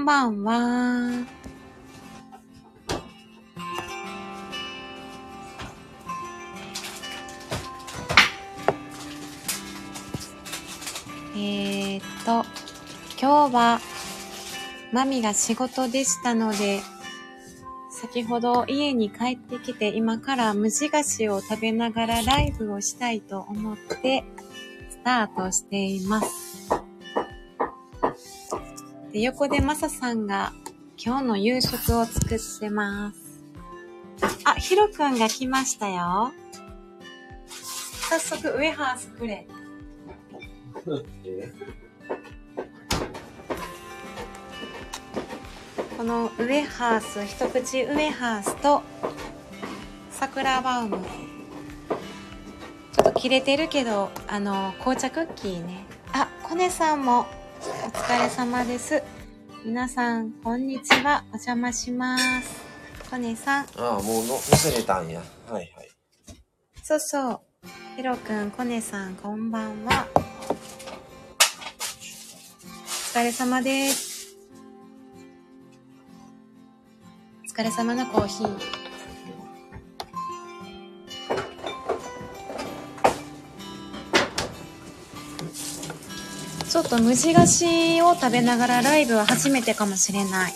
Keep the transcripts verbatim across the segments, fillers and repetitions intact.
ばんは。えーっと、今日はマミが仕事でしたので、先ほど家に帰ってきて今から無地菓子を食べながらライブをしたいと思ってスタートしています。で、横でマサさんが今日の夕食を作ってます。あ、ヒロくんが来ましたよ。早速ウエハースくれ。このウエハース、一口ウエハースと桜バウム。ちょっと切れてるけど、あの、紅茶クッキーね。あ、コネさんもお疲れ様です。皆さん、こんにちは。お邪魔します。コネさん。 ああ、もうの、乗せれたんや。はいはい。 そうそう。ヒロくん、コネさん、こんばんは。お疲れ様です。お疲れ様のコーヒー。ちょっと無地菓子を食べながらライブは初めてかもしれない。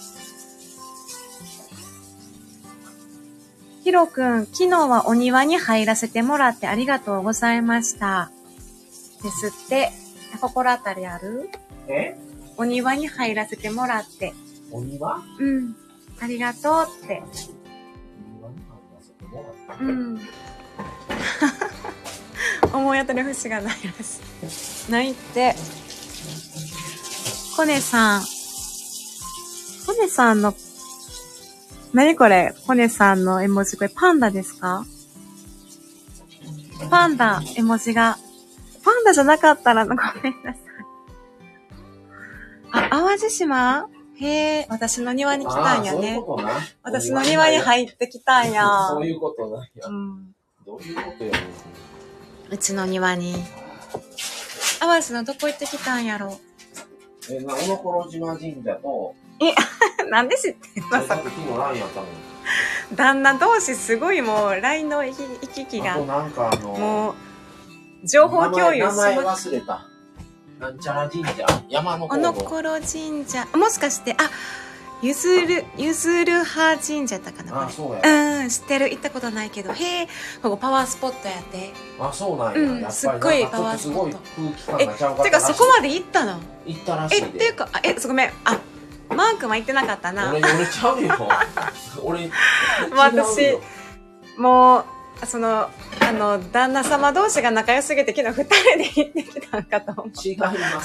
ヒロくん、昨日はお庭に入らせてもらってありがとうございました。ですって。心当たりある？ え？ お庭に入らせてもらって。 お庭？ うん。ありがとうって。 お庭に入らせてもらった。 うん。思い当たる節がないらしい。ないって。コネさん。コネさんの、何これ？コネさんの絵文字、これパンダですか？パンダ、絵文字が。パンダじゃなかったら、ごめんなさい。あ、淡路島？へえ、私の庭に来たんやね。 そういうことな。 私の庭に入ってきたんや。 そういうことなんや。 うん。 どういうことやねん。 うちの庭に。淡路のどこ行ってきたんやろ。 え、な、小野こ島神社と、 え、なんで知ってんの？ さっき昨日ラインやったのに。 旦那同士すごいもう ライン の行き来が。 あとなんかあの、 もう、情報共有します。 名前忘れた。なんちゃら神社山の方の。 おのころ神社。もしかして、あ、ゆずる、ゆずるは神社だったかな、これ。 あ、そうや。 うん、知ってる。行ったことないけど。へえ、ここパワースポットやって。 あ、そうなんや。 うん、 やっすっぱりなんかごいパワースすごいポット。 空気感がちゃうかったらしい。 え、てかそこまで行ったの？ 行ったらしいえ、 で。 っていうか、あ、え、ごめん。あ、マークは行ってなかったな。 俺、俺ちゃうよ。俺、 私、もう、その、あの、旦那様同士が仲良すぎて、昨日二人で行ってきたんかと思う。 違います。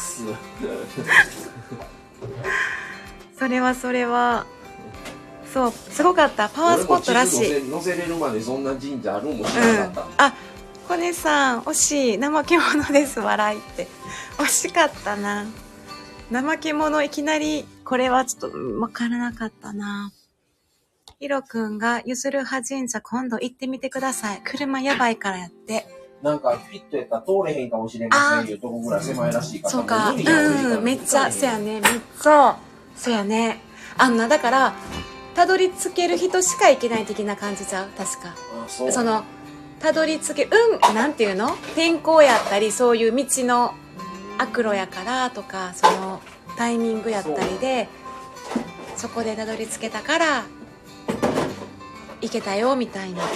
それはそれは、そう、すごかった。パワースポットらしい。 乗せれるまでそんな神社あるもん知らなかった。うん、 あ、コネさん、惜しい。怠け者です、笑いって。惜しかったな。怠け者、いきなり、これはちょっとわからなかったな。ヒロくんがゆずるは神社今度行ってみてください。車やばいからやって。 なんかフィットやったら通れへんかもしれませんよ。どこぐらい狭いらしいから。 そうか。うん、めっちゃ、そやね。めっちゃ、そやね。あんな、だから、たどり着ける人しか行けない的な感じちゃう確か。 あ、そう。 その、たどり着ける、うん、なんていうの？天候やったり、そういう道の悪路やからとか、その、タイミングやったりで、そ, そこでたどり着けたから、行けたよみたいな。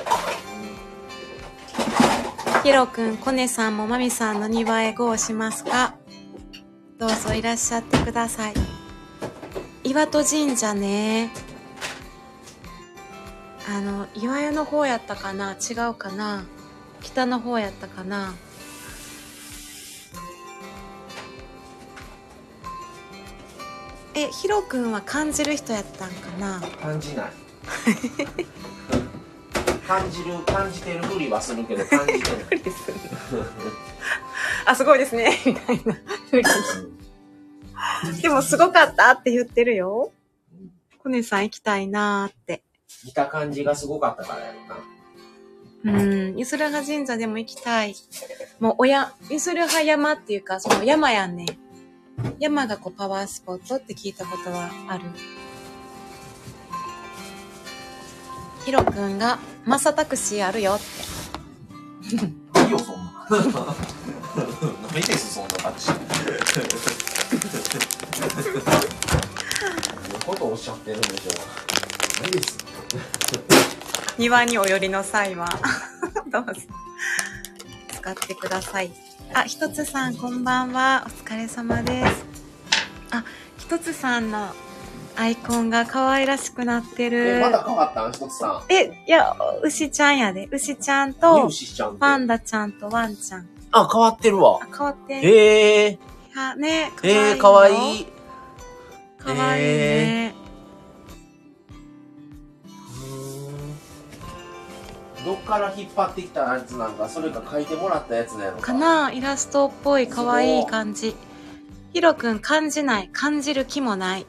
ヒロくん、コネさんもマミさんの庭へゴーしますか？どうぞいらっしゃってください。岩戸神社ね。あの岩屋の方やったかな？違うかな？北の方やったかな？え、ヒロくんは感じる人やったんかな？ 感じない。感じる、感じてるふりはするけど、感じてる。 ふりする。あ、すごいですね、みたいな。ふり。でも、すごかったって言ってるよ。コネさん行きたいなーって。 見た感じがすごかったからやろな。 うん、ゆするは神社でも行きたい。もう、おや、ゆするは山っていうか、その山やんね。 山がこうパワースポットって聞いたことはある。ヒロくんがマサタクシーあるよって。 いいよそんな。ないですそんなタクシー。のことをおっしゃってるんでしょう。ないです。 庭にお寄りの際はどうぞ使ってください。あ、ひとつさんこんばんは。お疲れ様です。あ、ひとつさんのアイコンが可愛らしくなってる。 え、まだ変わったんひとつさん。 え、いや、牛ちゃんやで。牛ちゃんと、 ちゃんパンダちゃんとワンちゃん。 あ、変わってるわ。 あ、変わってん。 へえ。 はね、 えー、かわいい。 かわいいね。 どっから引っ張ってきたやつなんか、それか書いてもらったやつなのか。 かな、イラストっぽい可愛い感じ。ヒロくん感じない、感じる気もない。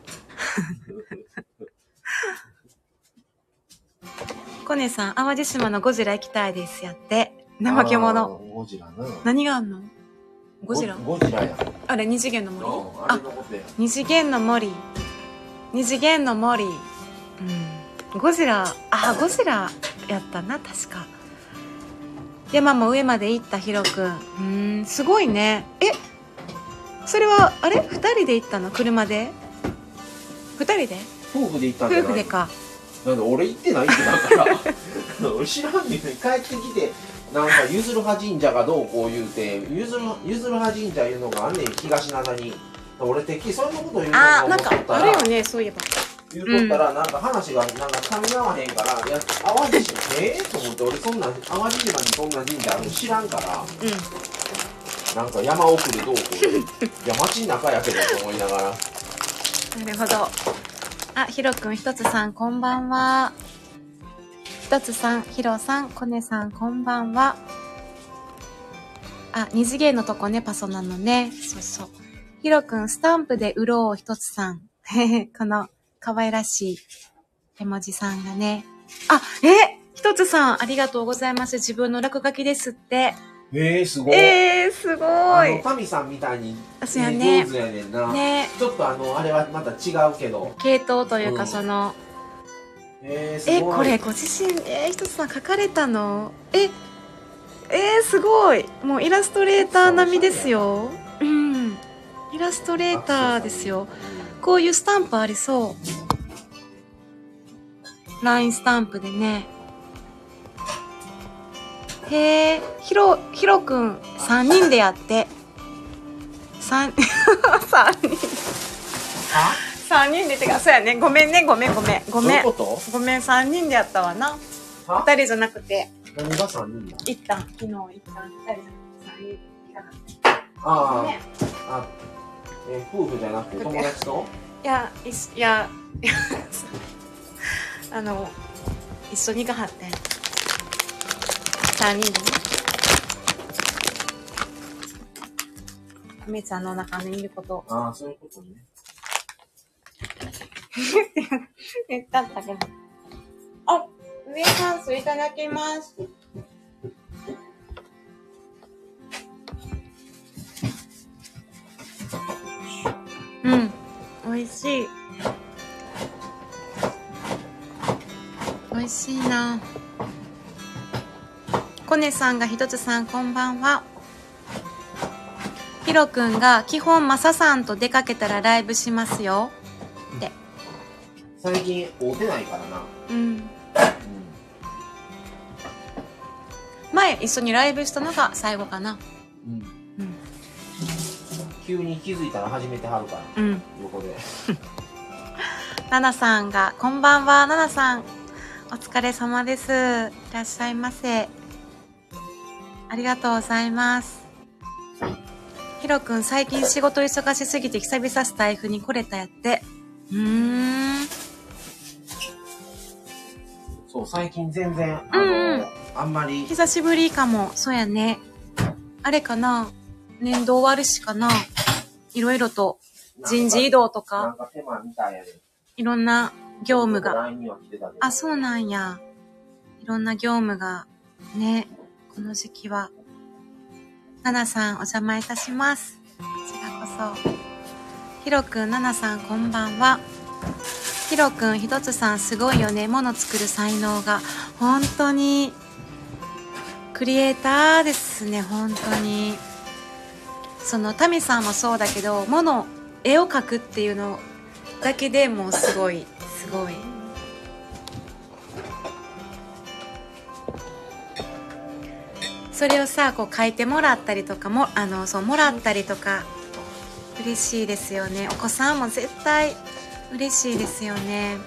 コネさん、淡路島のゴジラ行きたいですやって。怠け者。 ゴジラな。 何があんの？ゴジラ？ ゴジラや。 あれ、二次元の森？ あれのことや。 二次元の森。二次元の森。うん。ゴジラ、あ、ゴジラやったな、確か。山も上まで行ったヒロくん。うーん、すごいね。え、それは、あれ二人で行ったの？車で？二人で？ 夫婦で行ったんじゃない？ 夫婦でか。 なんで俺行ってないってだから俺知らんねん。帰ってきてなんかゆずるは神社がどうこう言うて、ゆずるゆずるは神社いうのがあんねん、東灘に。俺てっきりそんなこと言うのあー、なんか思っとったら、 あるよね、そういえば。 言うとったら、なんか話がなんか噛み合わへんから、いや淡路島えー、と思って、俺そんな淡路島にそんな神社あるの知らんから、 うん、 なんか山奥でどうこういや街の中やけどと思いながら。 なるほど。あ、ひろくん、ひとつさん、こんばんは。ひとつさん、ひろさん、こねさん、こんばんは。あ、二次元のとこね、パソなのね。そうそう。ひろくん、スタンプでうろうひとつさん。この、可愛らしい絵文字さんがね。あ、えひとつさん、ありがとうございます。自分の落書きですって。 えー、すごい。 えー、すごい。 あの、神さんみたいに、 あ、そうやね。 上手やねんな。 ね。 ちょっとあの、あれはまた違うけど。 系統というか、 うん、 その、 えー、すごい。 え、これご自身、えー、ひとつさん書かれたの？え、えー、すごい。もうイラストレーター並みですよ。うん。イラストレーターですよ。こういうスタンプありそう。ラインスタンプでね。へえ、ひろ、ひろくん、さんにんでやって。三、三人。 あ三人でってか、そうやね。ごめんね、ごめん、ごめん、ごめん。 どういうこと？ ごめん、三人でやったわな。二人じゃなくて。 何がさんにんだ？ 一旦、昨日一旦、二人じゃなくて三人いかなかった。 ああ、 ね、 あ、えー、夫婦じゃなくて友達と？ いや、いし、いや、いやあの、一緒に行かはってん。三人でね。めちゃんの中にいること。 ああ、そういうことね。 言ったったけど。あ、ウエハースいただきます。うん、美味しい。美味しいな。コネさんがひとつさんこんばんは。ヒロくんが基本マサさんと出かけたらライブしますよって。 最近会うてないからな。 うん。うん、前一緒にライブしたのが最後かな。うん。うん。 急に気づいたら始めてはるから。うん。横で。 ナナさんがこんばんは。ナナさんお疲れ様です。いらっしゃいませ。ありがとうございます。ヒロくん最近仕事忙しすぎて久々スタイフに来れたやって。うーん。 そう、最近全然、あの、うんうん、あんまり。 久しぶりかも。そうやね。あれかな、年度終わるしかな。いろいろと人事異動とか。 なんか手間みたいやね。 いろんな業務が。 ラインには来てたけど。 あ、そうなんや。いろんな業務が、ね、この時期は。ナナさん、お邪魔いたします。こちらこそ。 ひろくん、ななさんこんばんは。ひろくん、ひとつさんすごいよね。物作る才能が。本当に。クリエイターですね、本当に。その、タミさんもそうだけど、物、絵を描くっていうのだけでもうすごい、すごい。それをさ、こう書いてもらったりとかも、あの、そう、もらったりとか、嬉しいですよね。お子さんも絶対嬉しいですよね。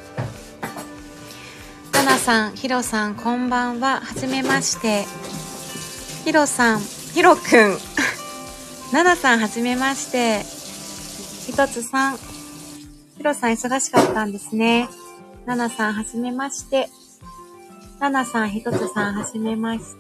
ななさん、ひろさん、こんばんは。はじめまして。ひろさん、ひろくん。ななさん、はじめまして。ひとつさん、ひろさん、忙しかったんですね。ななさん、はじめまして。ななさん、ひとつさん、はじめまして。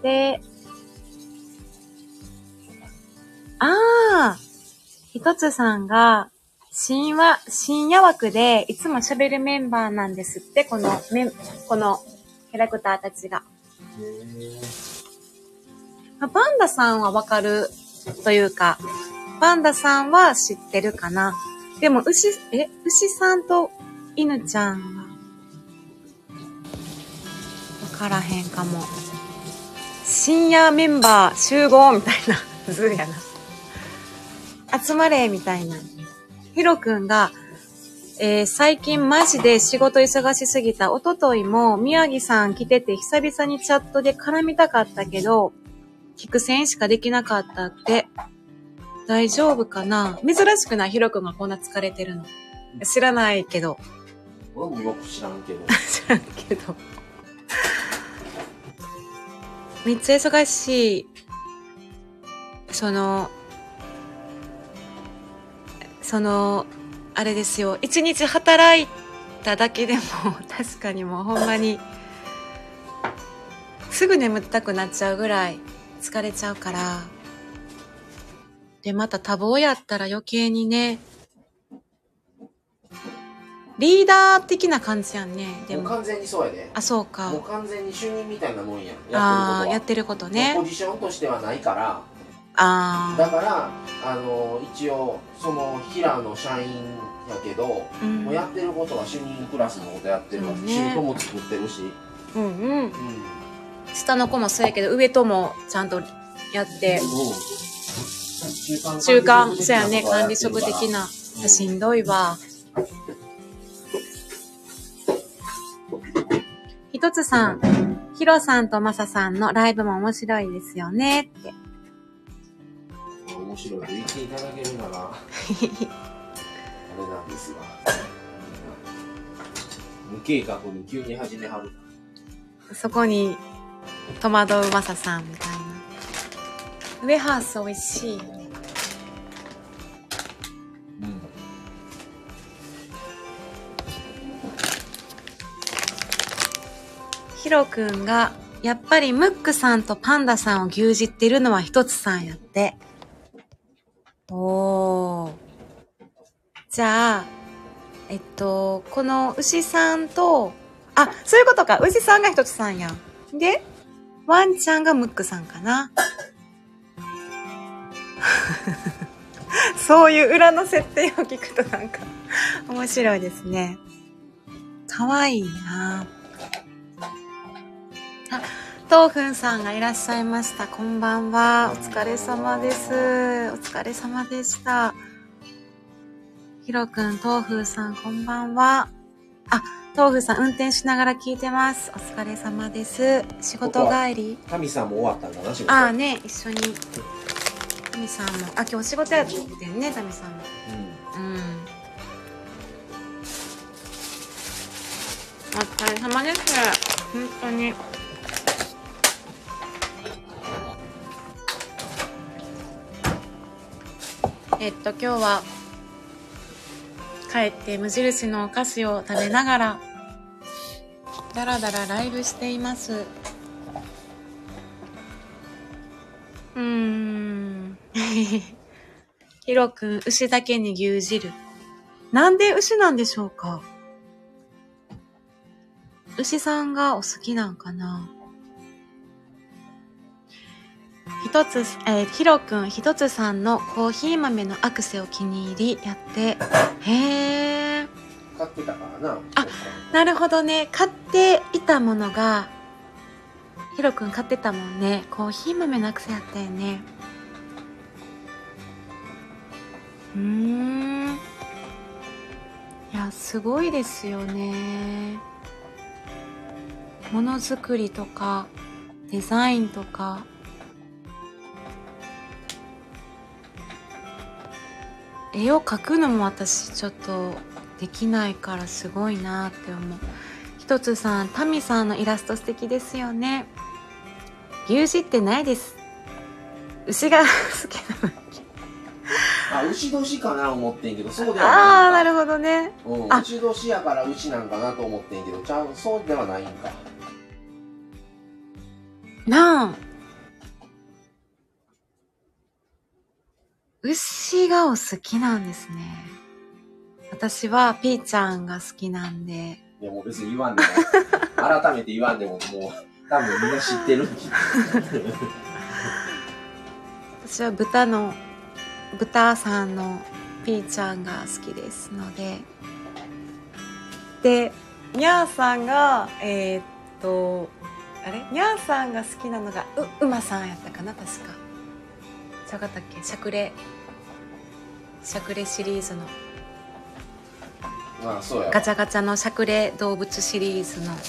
あー。ひとつさんが、深夜、深夜枠でいつも喋るメンバーなんですって、このメン、このキャラクターたちが。パンダさんはわかるというか、パンダさんは知ってるかな。でも、牛、え、牛さんと犬ちゃんは、わからへんかも。深夜メンバー集合みたいな、ずるやな。集まれみたいな。ヒロくんが、えー、最近マジで仕事忙しすぎた。一昨日も宮城さん来てて久々にチャットで絡みたかったけど、聞く線しかできなかったって。大丈夫かな？珍しくない？ヒロくんがこんな疲れてるの。知らないけど。 俺もよく知らんけど。 知らんけど。めっちゃ忙しい。その、その、あれですよ。一日働いただけでも、確かにもうほんまに、すぐ眠たくなっちゃうぐらい疲れちゃうから。で、また多忙やったら余計にね、リーダー的な感じやんね。でも。 もう完全にそうやで。 あ、そうか。 もう完全に主任みたいなもんやん。 ああ、やってることね。 ポジションとしてはないから。 ああ。 だから、あの、一応、その、平の社員やけど、うん、もうやってることは主任クラスのことやってるわけ。シートも作ってるし。 うんうん。うん、下の子もそうやけど、上ともちゃんとやって。うん、中間、そうやね、管理職的な。うん、しんどいわ。ひとつさん、ヒロさんとマサさんのライブも面白いですよねって。 面白いと言っていただけるならあれなんですが、無計画に急に始めはる。 そこに戸惑うマサさんみたいな。ウエハース美味しいよね。うん。ヒロくんがやっぱりムックさんとパンダさんを牛耳ってるのはひとつさんやって。おー。じゃあ、えっと、この牛さんと、あ、そういうことか。牛さんがひとつさんやん。で、ワンちゃんがムックさんかな。そういう裏の設定を聞くとなんか面白いですね。かわいいな。あ、トウフンさんがいらっしゃいました。こんばんは。お疲れ様です。お疲れ様でした。ヒロくん、トウフンさん、こんばんは。あ、トウフンさん、運転しながら聞いてます。お疲れ様です。仕事帰り？ タミさんも終わったんだな、仕事。 ああね、一緒に。タミさんも、あ、今日仕事やってんね、タミさんも。うん。うん。お疲れ様です。本当に。えっと、今日は、帰って無印のお菓子を食べながら、だらだらライブしています。うーん。ヒロくん、牛だけに牛汁。なんで牛なんでしょうか？牛さんがお好きなんかな？ひ一つ、えー、ひろくん一つさんのコーヒー豆のアクセを気に入りやって、へー。 買ってたからな。 あ、なるほどね。買っていたものが、ひろくん買ってたもんね。コーヒー豆のアクセやったよね。うーん。いや、すごいですよね。ものづくりとか、デザインとか。絵を描くのも私ちょっとできないからすごいなって思う。ひとつさん、タミさんのイラスト素敵ですよね。牛耳ってないです。牛が好きなの。 あ、牛年かな思ってんけど、そうではないんか。 ああ、なるほどね。 うん、牛年やから牛なんかなと思ってんけど、ちゃう、そうではないんか。 なあ。牛がお好きなんですね。私はピーちゃんが好きなんで。 いやもう別に言わんでも、改めて言わんでも、もう多分みんな知ってる。 私は豚の、豚さんのピーちゃんが好きですので。で、ニャーさんが、えー、っと、あれニャーさんが好きなのが、う、馬さんやったかな確か。ちゃうかったっけシャクレ、シャクレシリーズの。 まあそうや。 ガチャガチャのシャクレ動物シリーズの。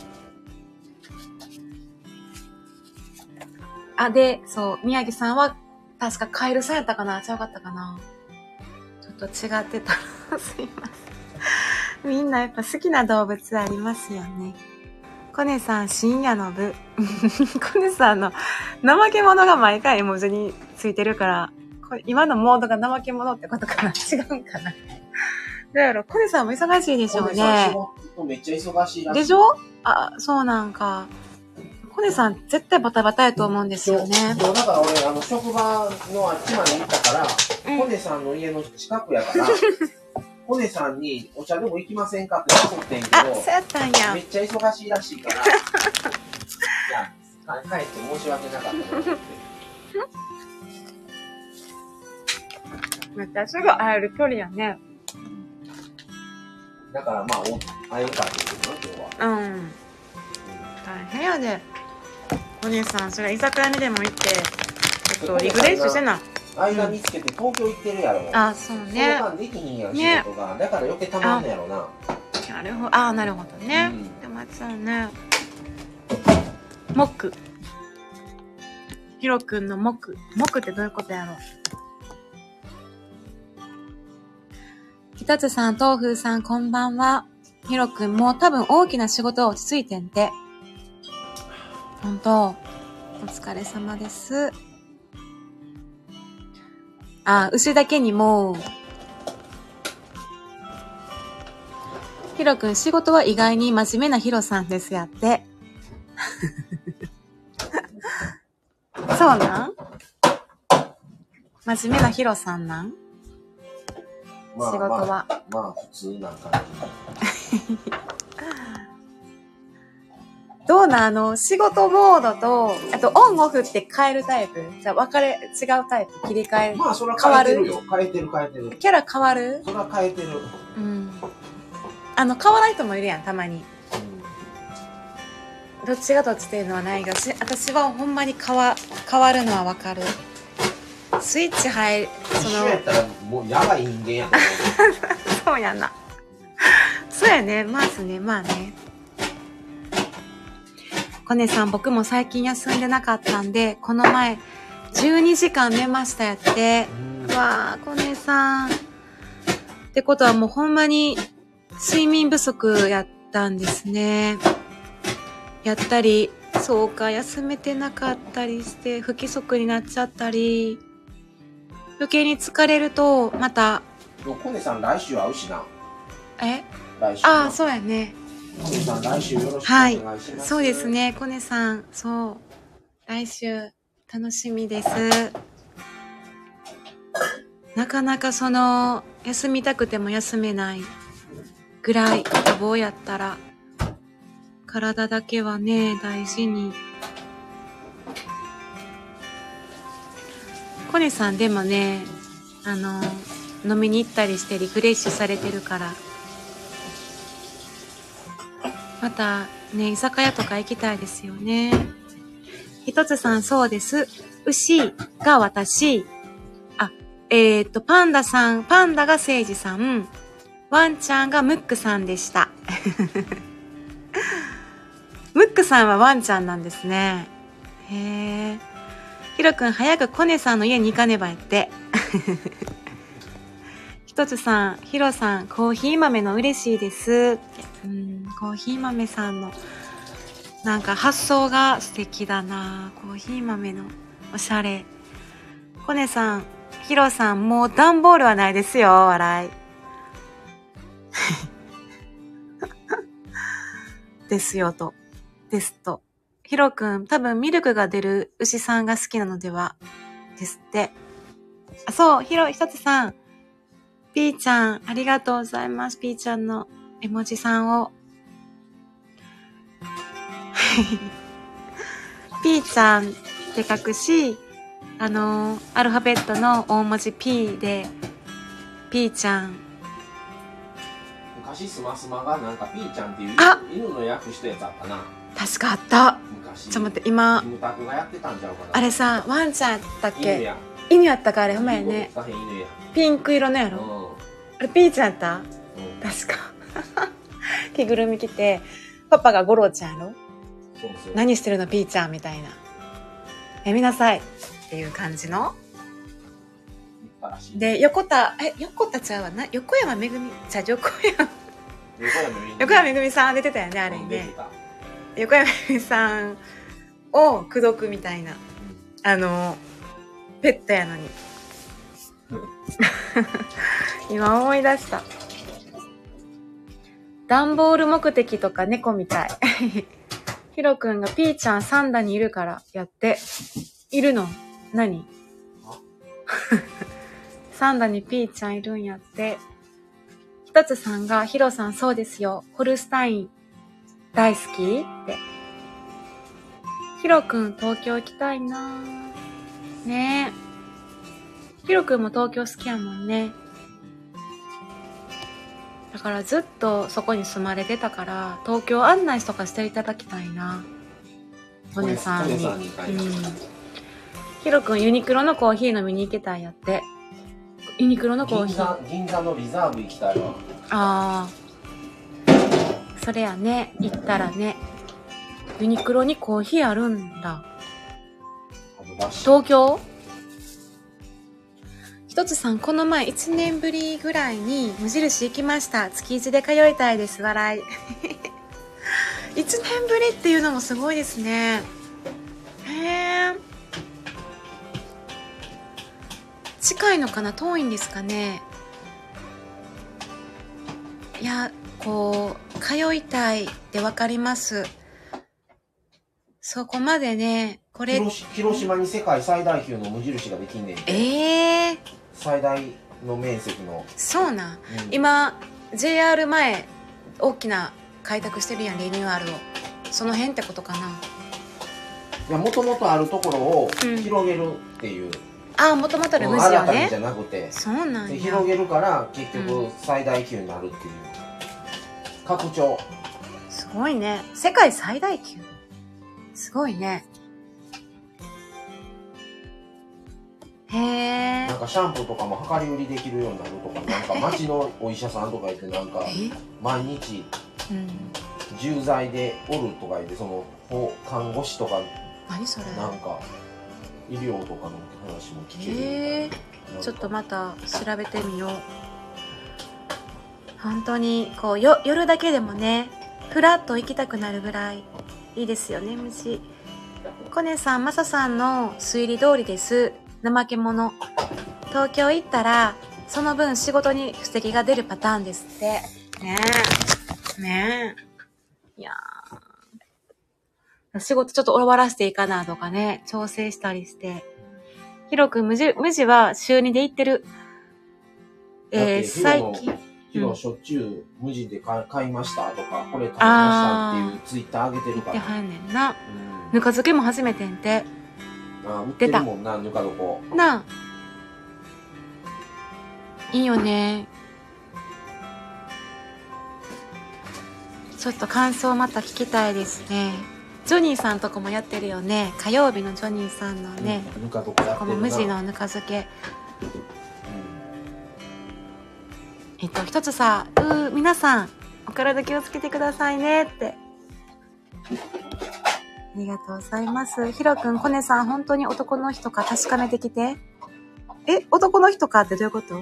あ、で、そう、宮城さんは確かカエルさんやったかなちゃうかったかなちょっと違ってたらすいません。みんなやっぱ好きな動物ありますよね。コネさん、深夜の部。コネさんの怠け者が毎回絵文字についてるから、これ今のモードが怠け者ってことかな違うんかなどうやろコネさんも忙しいでしょうね。 めっちゃ忙しいらしい。 でしょあ、そうなんか。コネさん絶対バタバタやと思うんですよね。 そうだから俺、あの、職場のあっちまで行ったから、うん、コネさんの家の近くやから、コネさんにお茶でも行きませんかって誘ってんけど、 あ、そうやったんや。 めっちゃ忙しいらしいから、いや、帰って申し訳なかったと思って。 めっちゃすぐ会える距離やね。 だからまあ、会えるかっていうの今日は。うん。大変やで。お姉さん、それ居酒屋にでも行って、ちょっとリフレッシュしてな。 間見つけて東京行ってるやろ。 うん、あ、そうね。 その間できひんやん、仕事が。だから余計たまんのやろな。 なるほど。あ、なるほどね。でもそうね。木。ヒロくんの木。木ってどういうことやろう。ひとつさん、豆腐さん、こんばんは。ヒロくんも多分大きな仕事は落ち着いてんて。ほんと。お疲れ様です。あ、牛だけにも。ヒロくん、仕事は意外に真面目なヒロさんですやって。そうなん真面目なヒロさんなんまあ、 仕事は。 まあ、まあ、普通な感じ。 どうなあの、仕事モードと、あとオンオフって変えるタイプじゃあ分かれ、違うタイプ切り替え。 まあ、それは変えてるよ。変えてる変えてる。 キャラ変わるそれは変えてる。 うん。あの、変わらない人もいるやん、たまに。うん、どっちがどっちっていうのはないが、私はほんまに変わ、変わるのは分かる。スイッチ入る、 その。一緒やったらもうやばい人間やと思う。 そうやな。そうやね。まずね、まあね。コネさん、僕も最近休んでなかったんで、この前、じゅうにじかん寝ましたやって。うわー、コネさん。ってことはもうほんまに睡眠不足やったんですね。やったり、そうか、休めてなかったりして、不規則になっちゃったり、余計に疲れると、また。 コネさん来週会うしな。 え来週。 ああ、そうやね。 コネさん来週よろしくお願いします。 はい、そうですね、コネさん、そう。来週、楽しみです。なかなかその、休みたくても休めないぐらい、多忙やったら、体だけはね、大事に。 コネさんでもね、あの、飲みに行ったりしてリフレッシュされてるから。またね、居酒屋とか行きたいですよね。ひとつさん、そうです。牛が私。あ、えっと、パンダさん、パンダがせいじさん。ワンちゃんがムックさんでした。ムックさんはワンちゃんなんですね。へえ。ヒロくん、早くコネさんの家に行かねばやって。ひとつさん、ヒロさん、コーヒー豆の嬉しいですって。うん、コーヒー豆さんのなんか発想が素敵だな。コーヒー豆のおしゃれ。コネさん、ヒロさん、もう段ボールはないですよ。笑い。ですよと。ですと。ヒロくん、多分ミルクが出る牛さんが好きなのではですって。あ、そう、ヒロひとつさん。ピーちゃん、ありがとうございます。ピーちゃんの絵文字さんを。ピーちゃんって書くし、あのー、アルファベットの大文字 P で、ピーちゃん。 昔スマスマがなんかピーちゃんっていう犬の役したやつあったな。 確かあった。 昔。 ちょっと待って、今。 キムタクがやってたんちゃうかな。 あれさ、ワンちゃんやったっけ？ 犬や。 犬やったかあれ、ほんまやね。 犬や。 ピンク色のやろ。うん、あれピーちゃんやった？うん、確か。着ぐるみ着て、パパがゴロちゃんやろ。そうそう。何してるのピーちゃんみたいな。やめなさいっていう感じの。で、横田、え、横田ちゃうわな、横山めぐみ、じゃあ横山。横山めぐみさん出てたよね、あれにね。横山めぐみさんを口説くみたいな。あの、ペットやのに。今思い出した。段ボール目的とか猫みたい。ヒロくんがピーちゃんサンダにいるからやって。いるの？何？サンダにピーちゃんいるんやって。ひとつさんがヒロさんそうですよ。ホルスタイン大好きって。ヒロくん東京行きたいなねえ。ヒロくんも東京好きやもんね。だからずっとそこに住まれてたから東京案内とかしていただきたいな。お姉さんに。うん。ヒロくんユニクロのコーヒー飲みに行けたんやって。ユニクロのコーヒー。 銀座、銀座のリザーブ行きたいわ。 ああ。それやね。行ったらね。ユニクロにコーヒーあるんだ。東京？ひとつさん、この前いちねんぶりぐらいに無印行きました。月いちで通いたいです。笑い。いちねんぶりっていうのもすごいですね。へー。近いのかな？遠いんですかね？いや、こう、通いたいってわかります。そこまでね、これ。 広, 広島に世界最大級の無印ができんねんて。 えー。 最大の面積の。 そうなん、うん、今 ジェイアール 前大きな開拓してるやん、リニューアルを。その辺ってことかな。 いや、もともとあるところを広げるっていう、うん、 ああ、もともとの無地をね、 新たにじゃなくて、 そうなんや、 広げるから結局最大級になるっていう、うん、拡張。 すごいね。世界最大級、すごいね。へえ。 なんかシャンプーとかも量り売りできるようになるとか、なんか町のお医者さんとか言ってなんか毎日重罪でおるとか言って、その看護師とか何それ、 なんか医療とかの話も聞ける。 へえ。ちょっとまた調べてみよう。本当にこうよ夜だけでもね、ふらっと行きたくなるぐらいいいですよね、虫。コネさん、マサさんの推理通りです。怠け者。東京行ったらその分仕事に布石が出るパターンですって。ねえねえ。いやー、仕事ちょっと終わらせていいかなとかね、調整したりして。ヒロくん、無地、無地は週にで行ってる。えー、最近。 ヒロしょっちゅう無地で買いましたとか、これ食べましたっていうツイッター上げてるから。 言ってはんねんな。ぬか漬けも初めてんて。 あ、売ってるもんな、ぬか床。 なあ。いいよね。ちょっと感想また聞きたいですね。ジョニーさんとこもやってるよね。火曜日のジョニーさんのね、 うん、ぬか床やってるな。 この無地のぬか漬け。 うん、 えっと一つさ、うー皆さんお体気をつけてくださいねって。ありがとうございます。ヒロくん、コネさん、本当に男の人か確かめてきて。え、男の人かってどういうこと？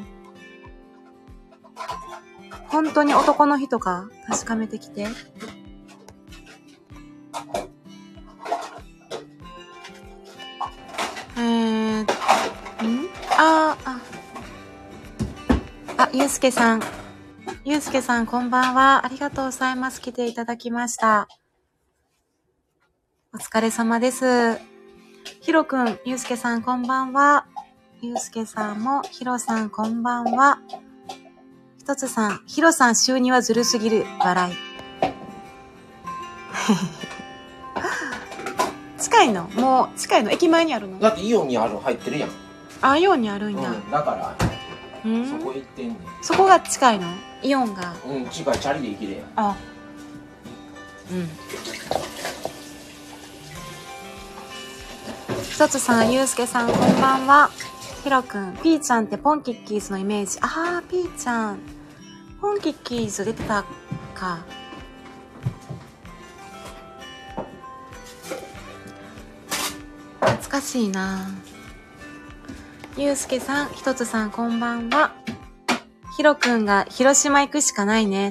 本当に男の人か確かめてきて。えー、んあー、あ、あ、ゆうすけさん。ゆうすけさん、こんばんは。ありがとうございます。来ていただきました。お疲れ様です。ひろくん、ゆうすけさん、こんばんは。ゆうすけさんも、ひろさん、こんばんは。ひとつさん、ひろさん、収入はずるすぎる。笑い。近いの？もう、近いの？駅前にあるの？ だってイオンにある入ってるやん。 あ、イオンにあるんや。 うん、だから、 うん、 そこ行ってんねん。 そこが近いの？イオンが。 うん、近い。チャリで行けるやん。 あ、うん。ひとつさん、ゆうすけさん、こんばんは。ひろくん、ピーちゃんってポンキッキーズのイメージ。あー、ピーちゃん。ポンキッキーズ出てたか。懐かしいな。ゆうすけさん、ひとつさん、こんばんは。ひろくんが広島行くしかないねって。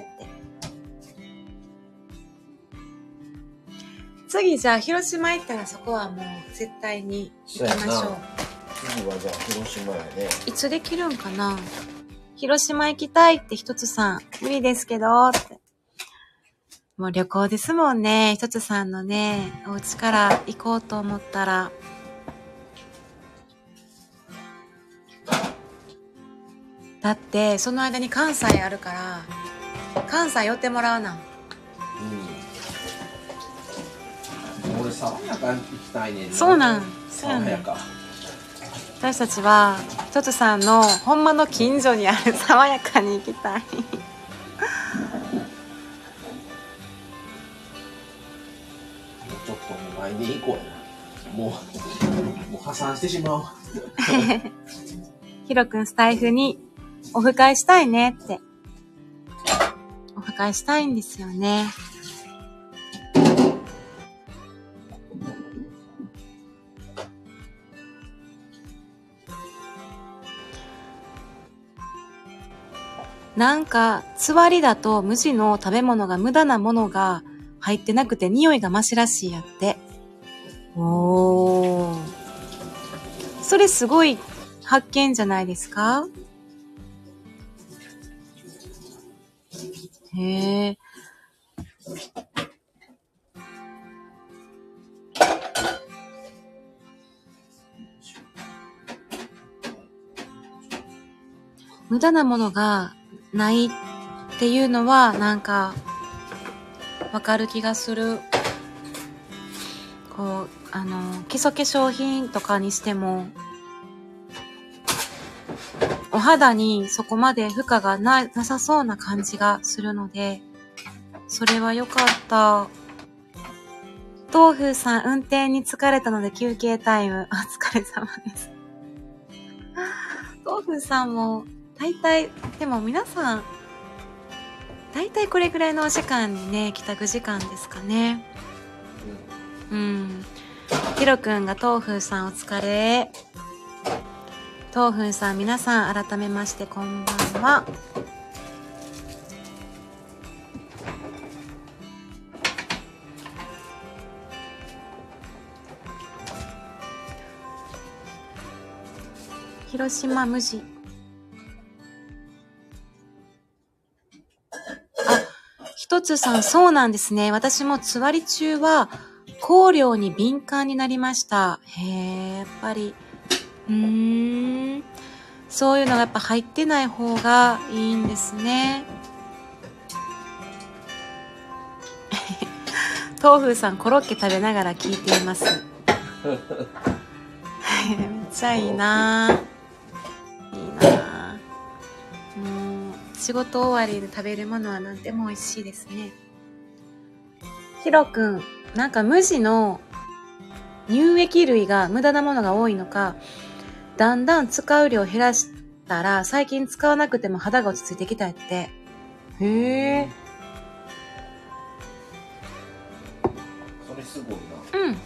次じゃあ広島行ったらそこはもう絶対に行きましょう。 次はじゃあ広島やね。 いつできるんかな。広島行きたいってひとつさん、無理ですけどって。もう旅行ですもんね。ひとつさんのね、お家から行こうと思ったら。だってその間に関西あるから関西寄ってもらうな。 うん。俺爽やかに行きたいねん。 そうなん。 爽やか。 私たちはひとつさんのほんまの近所にある爽やかに行きたい。 ちょっともう来年以降やな。もうもう破産してしまう。 ひろくんスタイフにオフ会したいねって。オフ会したいんですよね。なんか、つわりだと無地の食べ物が無駄なものが入ってなくて匂いがマシらしいやって。おー。それすごい発見じゃないですか？へえ。無駄なものがないっていうのはなんかわかる気がする。こう、あの、基礎化粧品とかにしても、お肌にそこまで負荷がな、なさそうな感じがするので、それは良かった。東風さん、運転に疲れたので休憩タイム。あ、お疲れ様です。東風さんも、大体、でも皆さん、大体これぐらいのお時間にね、帰宅時間ですかね。うん。ひろくんが東風さんお疲れ。東風さん、皆さん改めましてこんばんは。広島無地。あ、ひとつさん、そうなんですね。私もつわり中は香料に敏感になりました。へえ、やっぱり。うーん。そういうのがやっぱ入ってない方がいいんですね。東風さん、コロッケ食べながら聞いています。 めっちゃいいな。いいな。もう仕事終わりで食べるものは何でも美味しいですね。ひろくん、なんか無地の乳液類が無駄なものが多いのか、だんだん使う量を減らしたら最近使わなくても肌が落ち着いてきたって。へえ。 それすごいな。うん。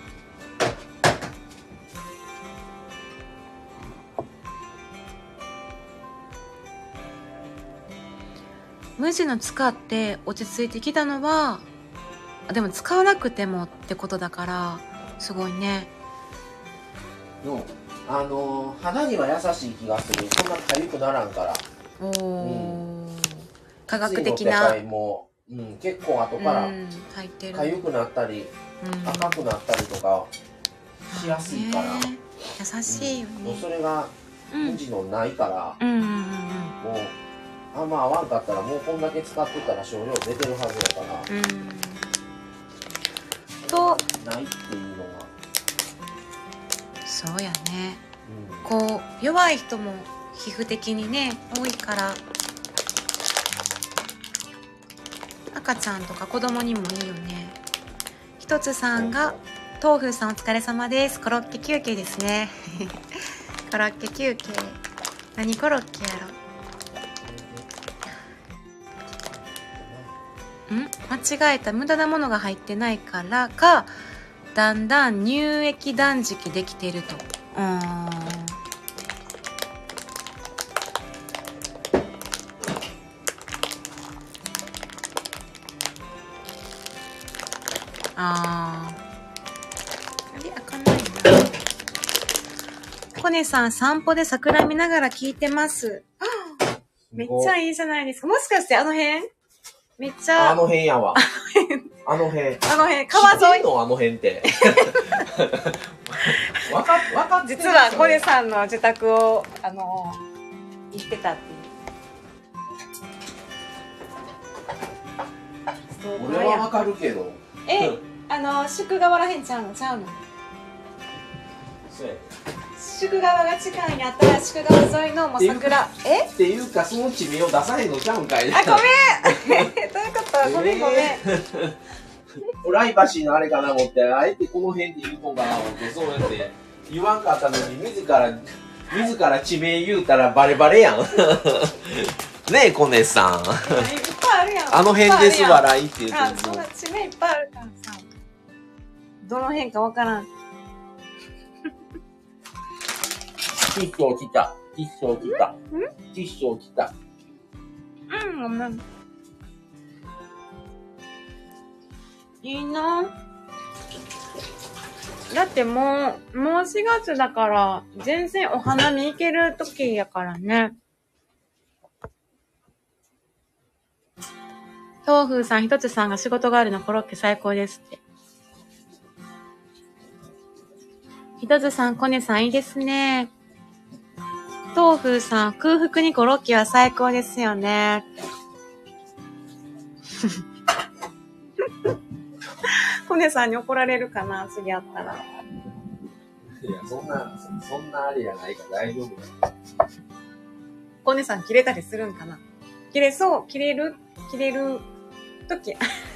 無地の使って落ち着いてきたのは、でも使わなくてもってことだからすごいね。 のあのー、肌には優しい気がする。そんな痒くならんから。おお、うん、科学的なもう、うん、結構後から痒くなったり、うん、赤くなったりとかしやすいから、 優しいよね、 うん、もうそれが無地のないから、うん、もうあんま合わんかったらもうこんだけ使ってたら少量出てるはずだから、うん、とないっていうのはそうやね、うん、こう弱い人も皮膚的にね多いから、赤ちゃんとか子供にもいいよね。ひとつさんが豆腐さんお疲れ様です。コロッケ休憩ですねコロッケ休憩、何コロッケやろん、間違えた。無駄なものが入ってないからか、だんだん乳液断食できてると。うーん、あー、あれ開かないな。コネさん、散歩で桜見ながら聞いてます。めっちゃいいじゃないですか。もしかしてあの辺めっちゃ。 あの辺やわ。あの辺。 あの辺。川沿いのあの辺って。わか、わかってる。 実はコネさんの自宅を、あの、行ってたっていう。 俺はわかるけど。 え、あの、宿川らへんちゃうのちゃうの？ そうや。 宿川が近いんやったら宿川沿いのもう桜。え？ っていうかその地名を出さへんのちゃうんかい。 あ、ごめんどういうことごめんごめん。 プライバシーのあれかな思って、あえてこの辺で言うとんかな思って、そうやって言わんかったのに、自ら、自ら地名言うたらバレバレやん。ねえ、コネさん。いっぱいあるやん。 あの辺ですわらいって言うてあ、そんな地名いっぱいあるからさ。どの辺かわからん。 ティッシュを切った。ティッシュを切った。ティッシュを切った。 うん、ごめん。いいな。だってもう、もうしがつだから、全然お花見行ける時やからね。豆腐さん、ひとつさんが仕事があるのコロッケ最高ですって。ひとつさん、コネさんいいですね。豆腐さん、空腹にコロッケは最高ですよね。コネさんに怒られるかな、次会ったら。 いや、そんな、そんなあれやないから大丈夫だよ。 コネさん切れたりするんかな。切れそう、切れる、切れる時。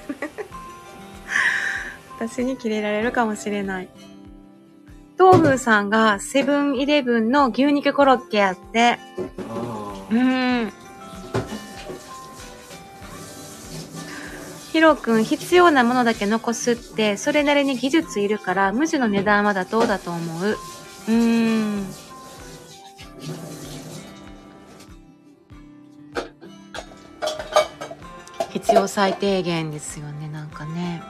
私に切れられるかもしれない。豆腐さんがセブンイレブンの牛肉コロッケやって。うん。ヒロ君、必要なものだけ残すって、それなりに技術いるから、無地の値段は妥当だと思う。うーん。必要最低限ですよね、なんかね。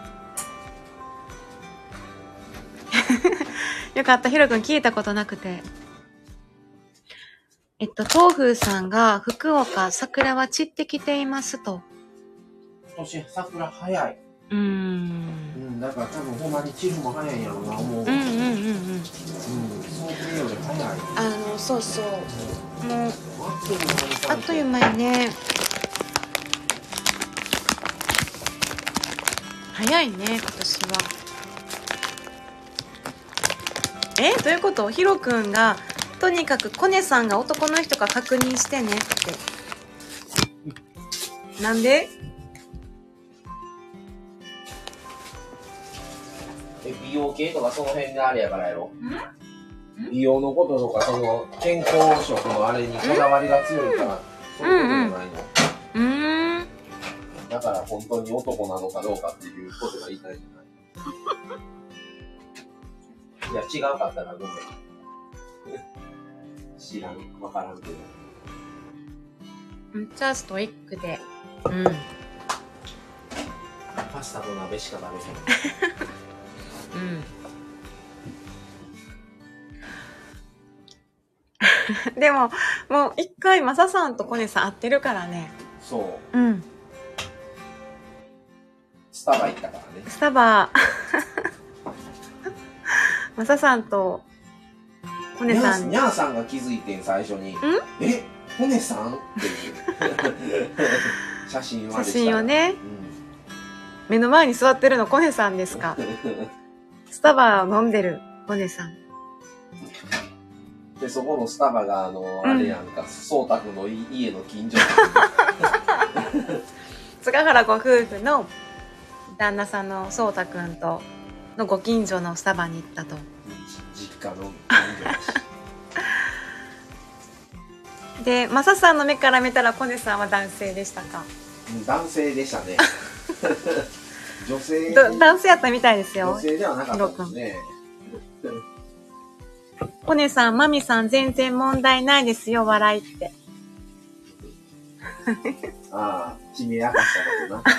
よかった、ヒロ君聞いたことなくて。えっと、豆腐さんが、福岡、桜は散ってきていますと。 今年桜早い。うーん。うん、だから多分ほんまに散るも早いんやろうな、思う。うんうんうんうん。うん、そういうより早い。 あの、そうそう。うん、もう、あっという間にね。早いね、今年は。 えどういうこと？ヒロくんがとにかくコネさんが男の人か確認してねって。なんで？ え美容系とかその辺であれやからやろ。美容のこととかその健康食のあれにこだわりが強いから、そういうことじゃないの。 うーん。 だから本当に男なのかどうかっていうことが言いたいんじゃない。いや違うかったらごめん。知らん、わからんけど。 めっちゃストイックで。うん。 パスタと鍋しか食べへん。 うん。でも、もう一回マサさんとコネさん会ってるからね。 そう。 うん。 スタバ行ったからね。 スタバ。マサさんとコネさんに。 ニャーさんが気づいてん、最初に。んえコネさんっていう写真は写真をね、うん、目の前に座ってるのコネさんですか。スタバを飲んでるコネさんで、そこのスタバがあの、うん、あれやんか、そうたくんの家の近所塚原ご夫婦の旦那さんのそうたくんとのご近所のスタバに行ったと。 実家の近所だしで、マサさんの目から見たらコネさんは男性でしたか？ 男性でしたね。女性男性やったみたいですよ。 女性ではなかったですね。 コネさん、マミさん全然問題ないですよ、笑いって。 ああ、君明かしたことな。あ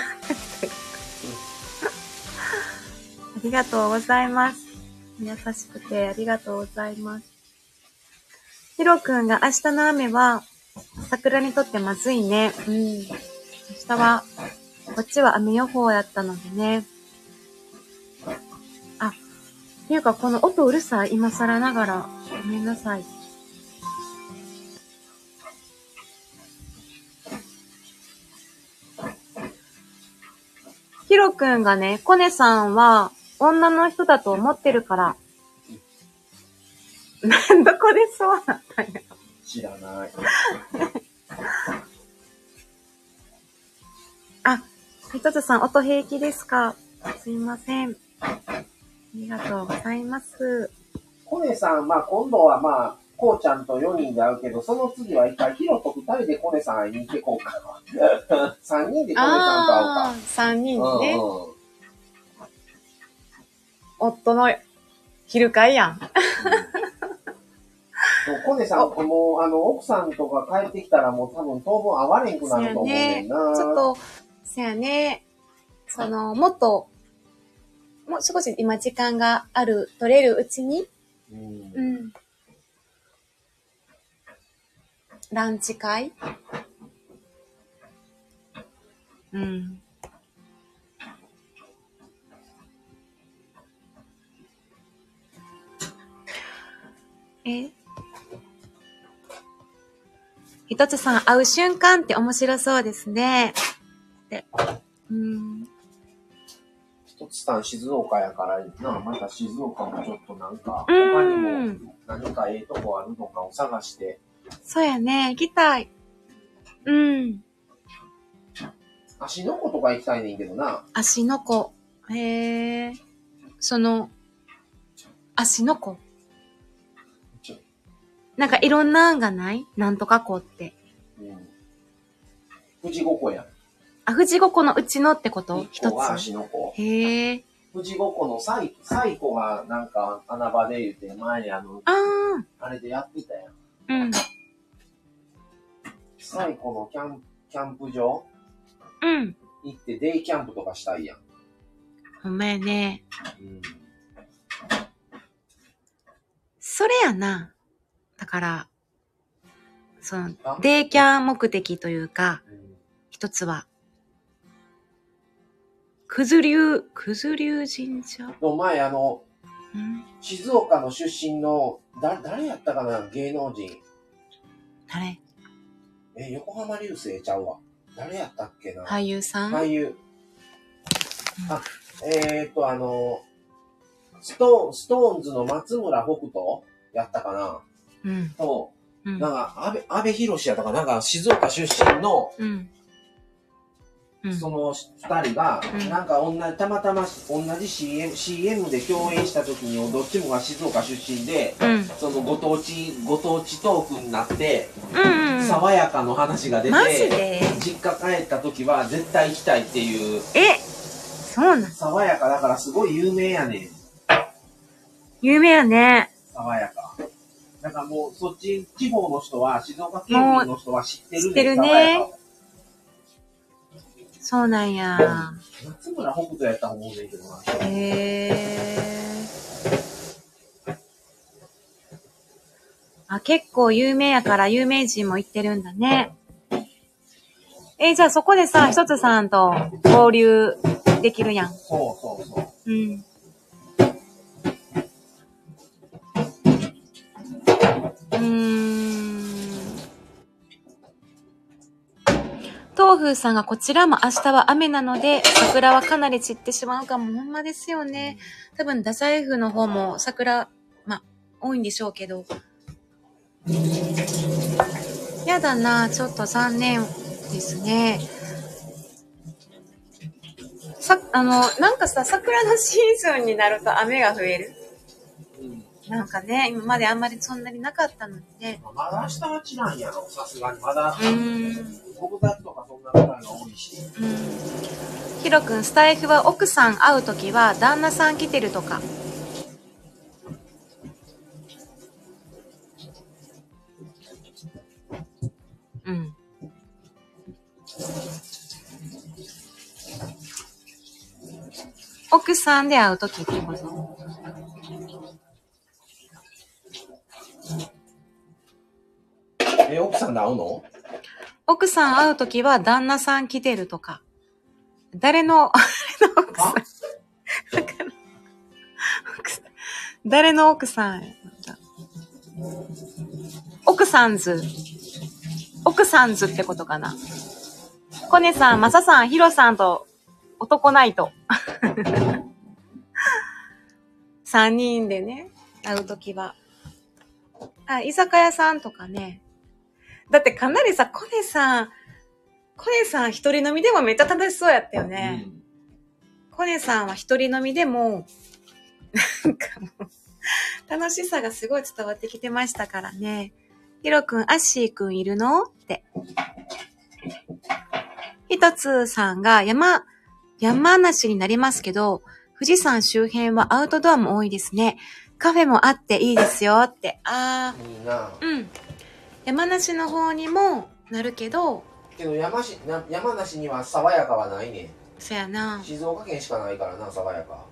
りがとうございます。優しくてありがとうございます。ヒロくんが明日の雨は桜にとってまずいね。うん。明日は、こっちは雨予報やったのでね。あ、っていうかこの音うるさい？今更ながら。ごめんなさい。ヒロくんがね、コネさんは女の人だと思ってるから。どこでそうなったんや。 知らない。 あ、ひとつさん、音平気ですか？すいません。ありがとうございます。 コネさん、まあ今度はまあ、こうちゃんとよにんで会うけど、その次は一回ヒロとふたりでコネさん会いに行ってこうか。さんにんでコネさんと会うか。 さんにんでね。 うんうん、 夫の昼会やん。 コネさん、もう、あの、奥さんとか帰ってきたらもう多分当分会われんくなると思うねんな。 ちょっと、そやね、その、もっと、もう少し今時間がある、取れるうちに、うん。うん、ランチ会？うん。えひとつさん、会う瞬間って面白そうですね。で、うん。 ひとつさん、静岡やからな、また静岡もちょっとなんか、他にも何かええとこあるのかを探して。 そうやね、行きたい。うん。 芦ノ湖とか行きたいねんけどな。 芦ノ湖。へえ。その、芦ノ湖。なんかいろんな案がないなんとか湖って。うん。 富士五湖や。 あ、富士五湖のうちのってこと一つ。芦ノ湖。 へえ。 富士五湖の最、最湖がなんか穴場で言うて、前あの、 ああれでやってたやん。 うん。 最湖のキャン、キャンプ場うん。 行ってデイキャンプとかしたいやん。 ほんまやね。うん。それやな。だから、その、デイキャン目的というか、うん、一つは、九頭龍、九頭龍神社の前あの、うん、静岡の出身の、だ、誰やったかな芸能人。 誰？ え、横浜流星ちゃうわ。誰やったっけな俳優さん？ 俳優。うん、あ、えーっと、あの、 ストーン、ストーンズの松村北斗やったかな、 うん。 と、 うん、 なんか、安倍、安倍博士やったかなんか、静岡出身の、 うんうん、 その二人が、 うん、 なんか同じ、たまたま同じ シーエム、シーエム で共演した時に、どっちもが静岡出身で、 うん、 そのご当地、ご当地トークになって、 うんうん、 爽やかの話が出マジて、 で実家帰った時は絶対行きたいっていう。 え、そうなん？ 爽やかだからすごい有名やねん。 有名やね。 爽やか。だからもうそっち地方の人は、静岡県民の人は知ってるね。 知ってるね。そうなんや。 松村北斗やったと思うんだけどな。 へー。あ、結構有名やから有名人も行ってるんだね。えー、じゃあそこでさ、ひとつさんと交流できるやん。 そうそうそう。 うん。うーん。東風さんがこちらも明日は雨なので桜はかなり散ってしまうかも。ほんまですよね。多分太宰府の方も桜、ま、多いんでしょうけど。やだな、ちょっと残念ですね。さ、あの、なんかさ、桜のシーズンになると雨が増える。うん、なんかね、今まであんまりそんなになかったのにね。 まだ明日は違うんやろ、さすがに。まだ、 うーん。 僕たちとかそんなぐらいが多いし。 うん。ヒロ君、スタイフは奥さん会うときは旦那さん来てるとか。うん。奥さんで会うときってこと？ え、奥さんで会うの？ 奥さん会うときは旦那さん来てるとか。誰の、誰の奥さん誰の奥さん奥さんず。奥さんずってことかな。コネさん、マサさん、ヒロさんと男ナイト。三人でね、会うときは。あ、居酒屋さんとかね。だってかなりさ、コネさん、コネさん一人飲みでもめっちゃ楽しそうやったよね。うん、コネさんは一人飲みでも、なんかもう、楽しさがすごい伝わってきてましたからね。ヒロくん、アッシーくんいるのって。ひとつさんが山、山梨になりますけど、富士山周辺はアウトドアも多いですね。カフェもあっていいですよって。あー。いいな。うん。山梨の方にもなるけど。 けど山しな山梨には爽やかはないね。 そやな。 静岡県しかないからな、爽やか。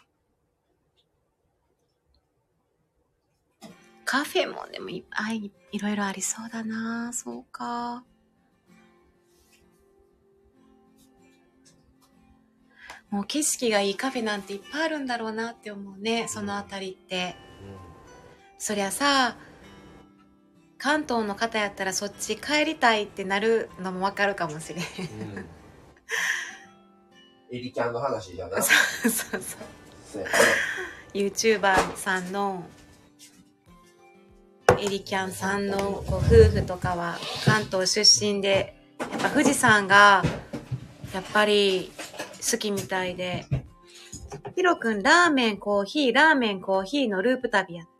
カフェもでもいっぱいいろいろありそうだな。そうか。もう景色がいいカフェなんていっぱいあるんだろうなって思うね、そのあたりって。うん、そりゃさ、関東の方やったらそっち帰りたいってなるのもわかるかもしれん。うん、 エリキャンの話じゃな。 そうそうそう。そうYouTuber さんのエリキャンさんのご夫婦とかは関東出身で、やっぱ富士山がやっぱり好きみたいで。ヒロくん、ラーメンコーヒー、ラーメンコーヒーのループ旅やって。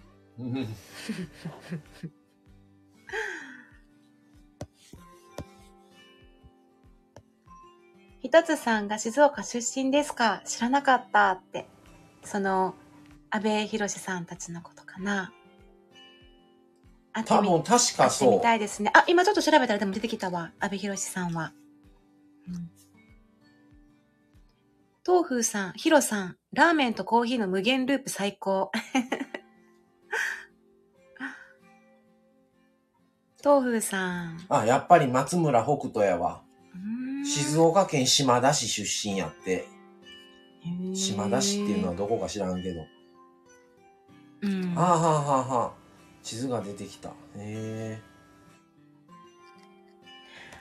ひとつさんが静岡出身ですか？知らなかったって。その、安倍博さんたちのことかな。あ多分確かそう。 みたいですね。あ、今ちょっと調べたらでも出てきたわ。安倍博さんは。うん、東風さん、ヒロさん、ラーメンとコーヒーの無限ループ最高。東風さん。 あ、やっぱり松村北斗やわ。静岡県島田市出身やって。島田市っていうのはどこか知らんけど。うん。はあはあはあはあ。地図が出てきた。へえ。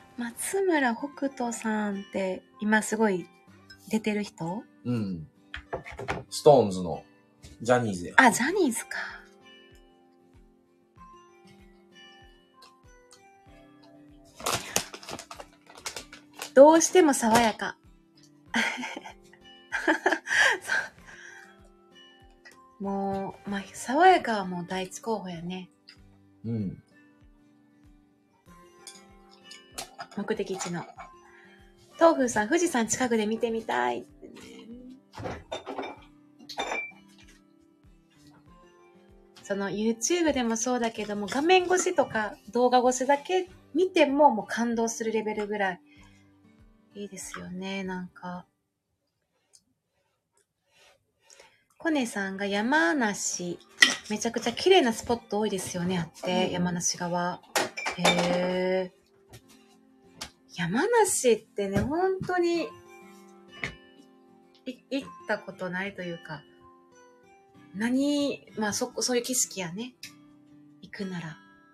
松村北斗さんって今すごい出てる人？ うん。 ストーンズのジャニーズや。 あ、ジャニーズか。どうしても爽やか。もう、まあ、爽やかはもう第一候補やね。 うん。 目的地の。東風さん、富士山近くで見てみたいってね。その YouTube でもそうだけども、画面越しとか動画越しだけ見てももう感動するレベルぐらいいいですよね、なんか。コネさんが山梨、めちゃくちゃ綺麗なスポット多いですよね、あって、うん、山梨側。へー。山梨ってね、本当にい行ったことないというか、何、まあそ、そういう景色やね。行くなら。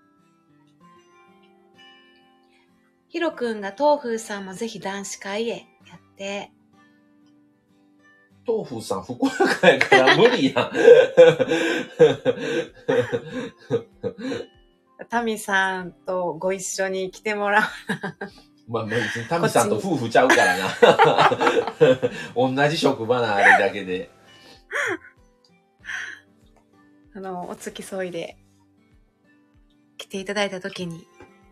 ヒロ君が東風さんもぜひ男子会へやって。 東風さん、福岡やから無理やん。 タミさんとご一緒に来てもらう。 まあ、別にタミさんと夫婦ちゃうからな。同じ職場なあれだけで。 あの、お付き添いで来ていただいたときに。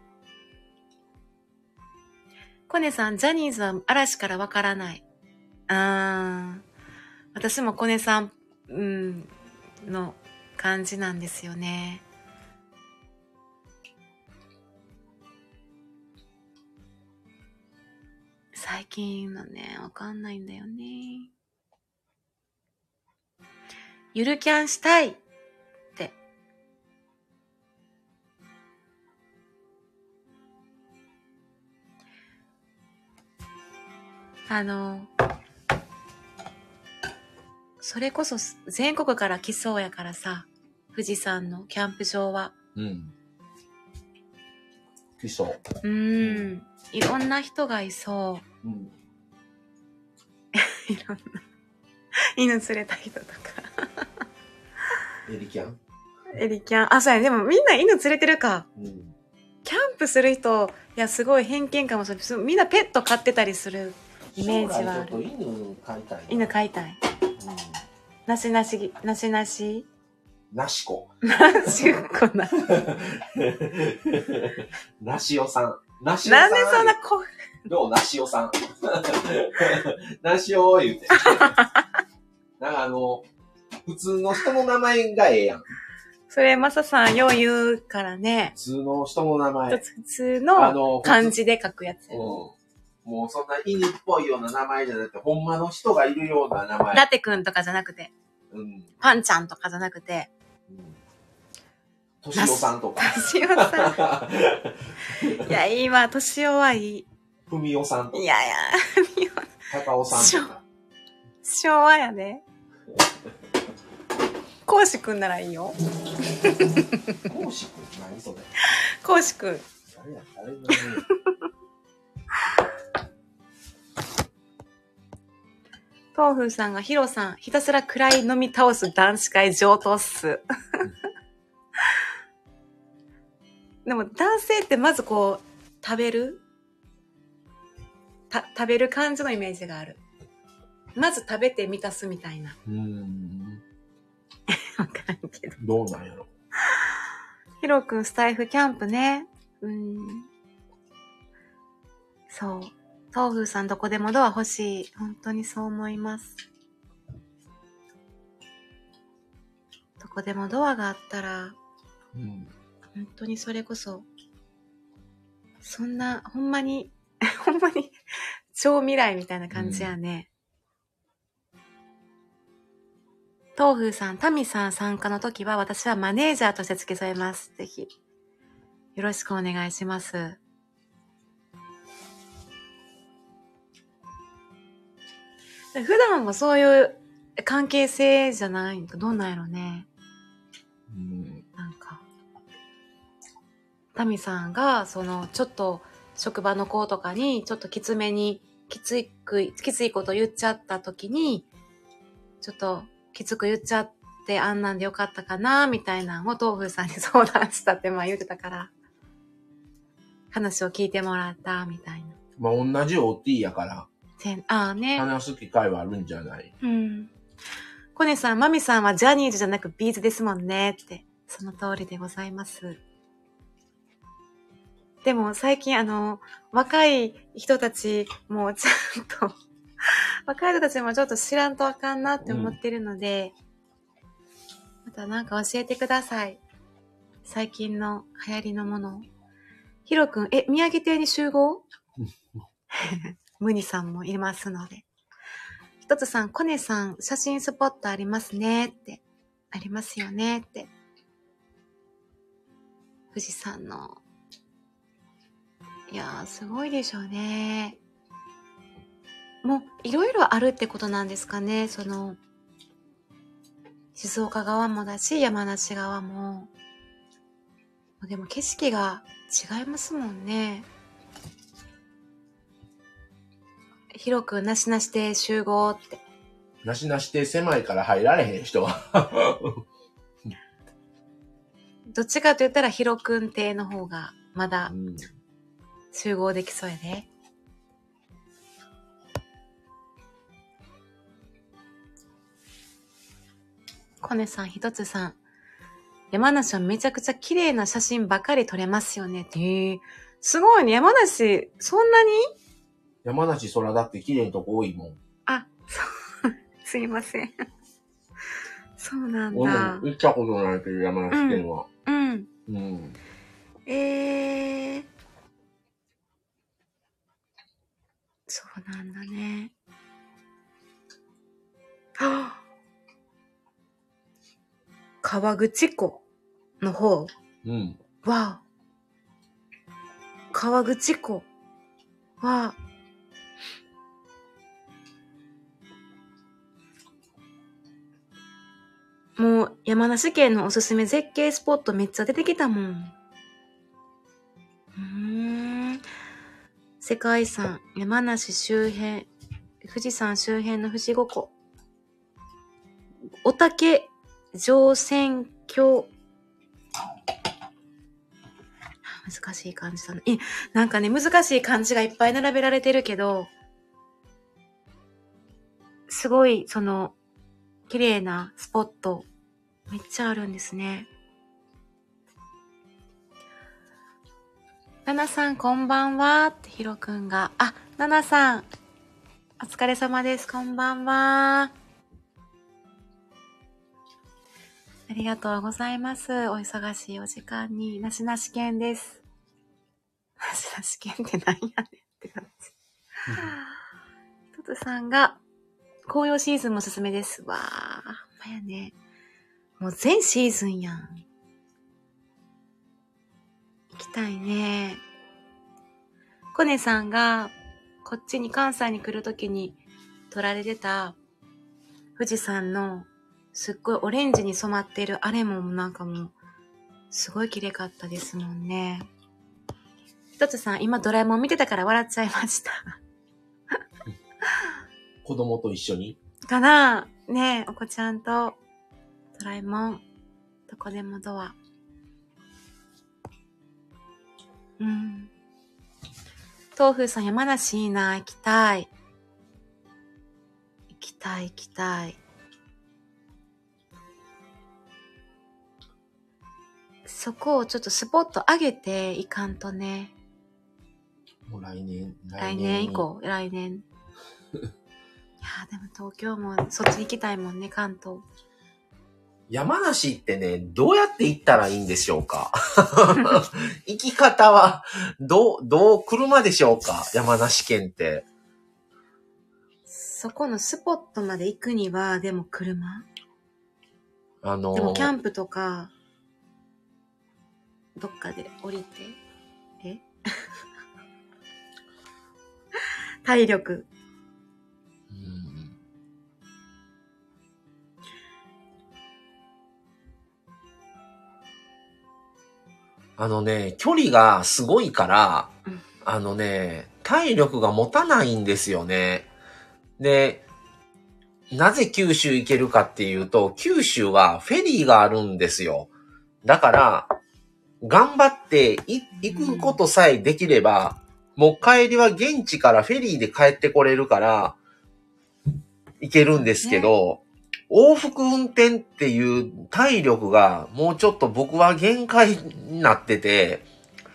コネさん、ジャニーズは嵐からわからない。あー、私もコネさん、うん、の感じなんですよね。最近のね、わかんないんだよね。ゆるキャンしたいって。あの、それこそ全国から来そうやからさ、富士山のキャンプ場は。 うん。来そう。 うーん。いろんな人がいそう。うん、いろんな。犬連れた人とか。 エリキャンエリキャン。あ、そうやね。でもみんな犬連れてるか。うん、キャンプする人、いや、すごい偏見かもしれない。みんなペット飼ってたりするイメージはある。 ちょっと犬飼いたい。 犬飼いたい。うん、なしなし、なしなしなしこ。 なしこな。 なしおさん。なしおさん。 なんでそんなこ、 どうなしおさん。なしお言うて。なんかあの、普通の人の名前がええやん。 それ、まささんよう言うからね。 普通の人の名前。 普通の漢字で書くやつ。 うん。もうそんな犬っぽいような名前じゃなくて、ほんまの人がいるような名前。 ラテくんとかじゃなくて。うん。パンちゃんとかじゃなくて。 としおさんとか。 としおさん。いや、いいわ。としおはいい。 ふみおさんとか。 いやいや、ふみお。 たかおさんとか。 昭和やで。こうしくんならいいよ。 こうしくん何それ。 こうしくん。 誰や、誰だね。 東風さんがヒロさん、ひたすら暗い飲み倒す男子会上等っす。でも男性ってまずこう、食べるた食べる感じのイメージがある。まず食べて満たすみたいな。うーん。わからんけど。 どうなんやろ。 ヒロくんスタイフキャンプね。うん。そう。東風さんどこでもドア欲しい。本当にそう思います。どこでもドアがあったら、うん、本当にそれこそ、そんな、ほんまに、ほんまに、超未来みたいな感じやね。うん、東風さん、タミさん参加の時は私はマネージャーとして付き添えます。ぜひ、よろしくお願いします。普段はそういう関係性じゃないのか、どうなんやろね。うん、なんか、タミさんが、その、ちょっと、職場の子とかに、ちょっときつめに、きつい、きついこと言っちゃった時に、 ちょっときつく言っちゃってあんなんでよかったかなみたいなのを豆腐さんに相談したってまあ言ってたから、話を聞いてもらったみたいな。 まあ同じ オーティー やから、 ああね。 話す機会はあるんじゃない？ うん。コネさん、マミさんはジャニーズじゃなくビーズですもんねって、その通りでございます。でも最近あの、若い人たちもちゃんと、若い人たちもちょっと知らんとあかんなって思ってるので、うん、またなんか教えてください。最近の流行りのものを。ヒロくん、え、宮城亭に集合ムニさんもいますので。ひとつさん、コネさん、写真スポットありますねって。ありますよねって。富士山の。いやー、すごいでしょうね。もう、いろいろあるってことなんですかね。その、静岡側もだし、山梨側も。でも景色が違いますもんね。ひろくん、なしなしで集合って。 なしなしで狭いから入られへん人は。 どっちかと言ったらひろくん亭の方がまだ集合できそうやで。コネさん、ひとつさん。山梨はめちゃくちゃ綺麗な写真ばかり撮れますよねって。へー、すごいね。山梨、そんなに？ 山梨空だって綺麗なとこ多いもん。 あ、そう。すいません。そうなんだ。 俺も行ったことないけど、山梨県は。 うん。うん。 うん、 えー。そうなんだね。はぁ。河口湖の方。 うん。 は、河口湖は、もう山梨県のおすすめ絶景スポットめっちゃ出てきたもん。うーん。世界遺産、山梨周辺、富士山周辺の富士五湖。おたけ乗船橋。難しい漢字だね。え、なんかね、難しい漢字がいっぱい並べられてるけど、すごい、その、綺麗なスポット、めっちゃあるんですね。ナナさん、こんばんはってヒロくんが。あ、ナナさん、お疲れ様です。こんばんは。ありがとうございます。お忙しいお時間に。なしなし県です。なしなし県って何やねんって感じ。ひとつさんが、紅葉シーズンもおすすめです。わー、ほんまやね。もう全シーズンやん。行きたいね。コネさんが、こっちに関西に来るときに撮られてた富士山のすっごいオレンジに染まってるあれもなんかもうすごい綺麗かったですもんね。ひとつさん、今ドラえもん見てたから笑っちゃいました。 子供と一緒にかなねえ、お子ちゃんとドラえもん、どこでもドア。うん。豆腐さん、山梨いいな、行きたい。行きたい、行きたい。そこをちょっっとスポット上げていかんとね。 もう来年、 来年以降、来年。いやでも東京もそっち行きたいもんね、関東。 山梨ってね、どうやって行ったらいいんでしょうか行き方は、どう、どう車でしょうか、山梨県って。 そこのスポットまで行くには、でも車あのー、 でもキャンプとか、どっかで降りて、え体力。うん。 あのね、距離がすごいから、うん、あのね、体力が持たないんですよね。で、 なぜ九州行けるかっていうと、九州はフェリーがあるんですよ。だから、頑張って行くことさえできれば、もう帰りは現地からフェリーで帰ってこれるから、行けるんですけど、ね、往復運転っていう体力がもうちょっと僕は限界になってて、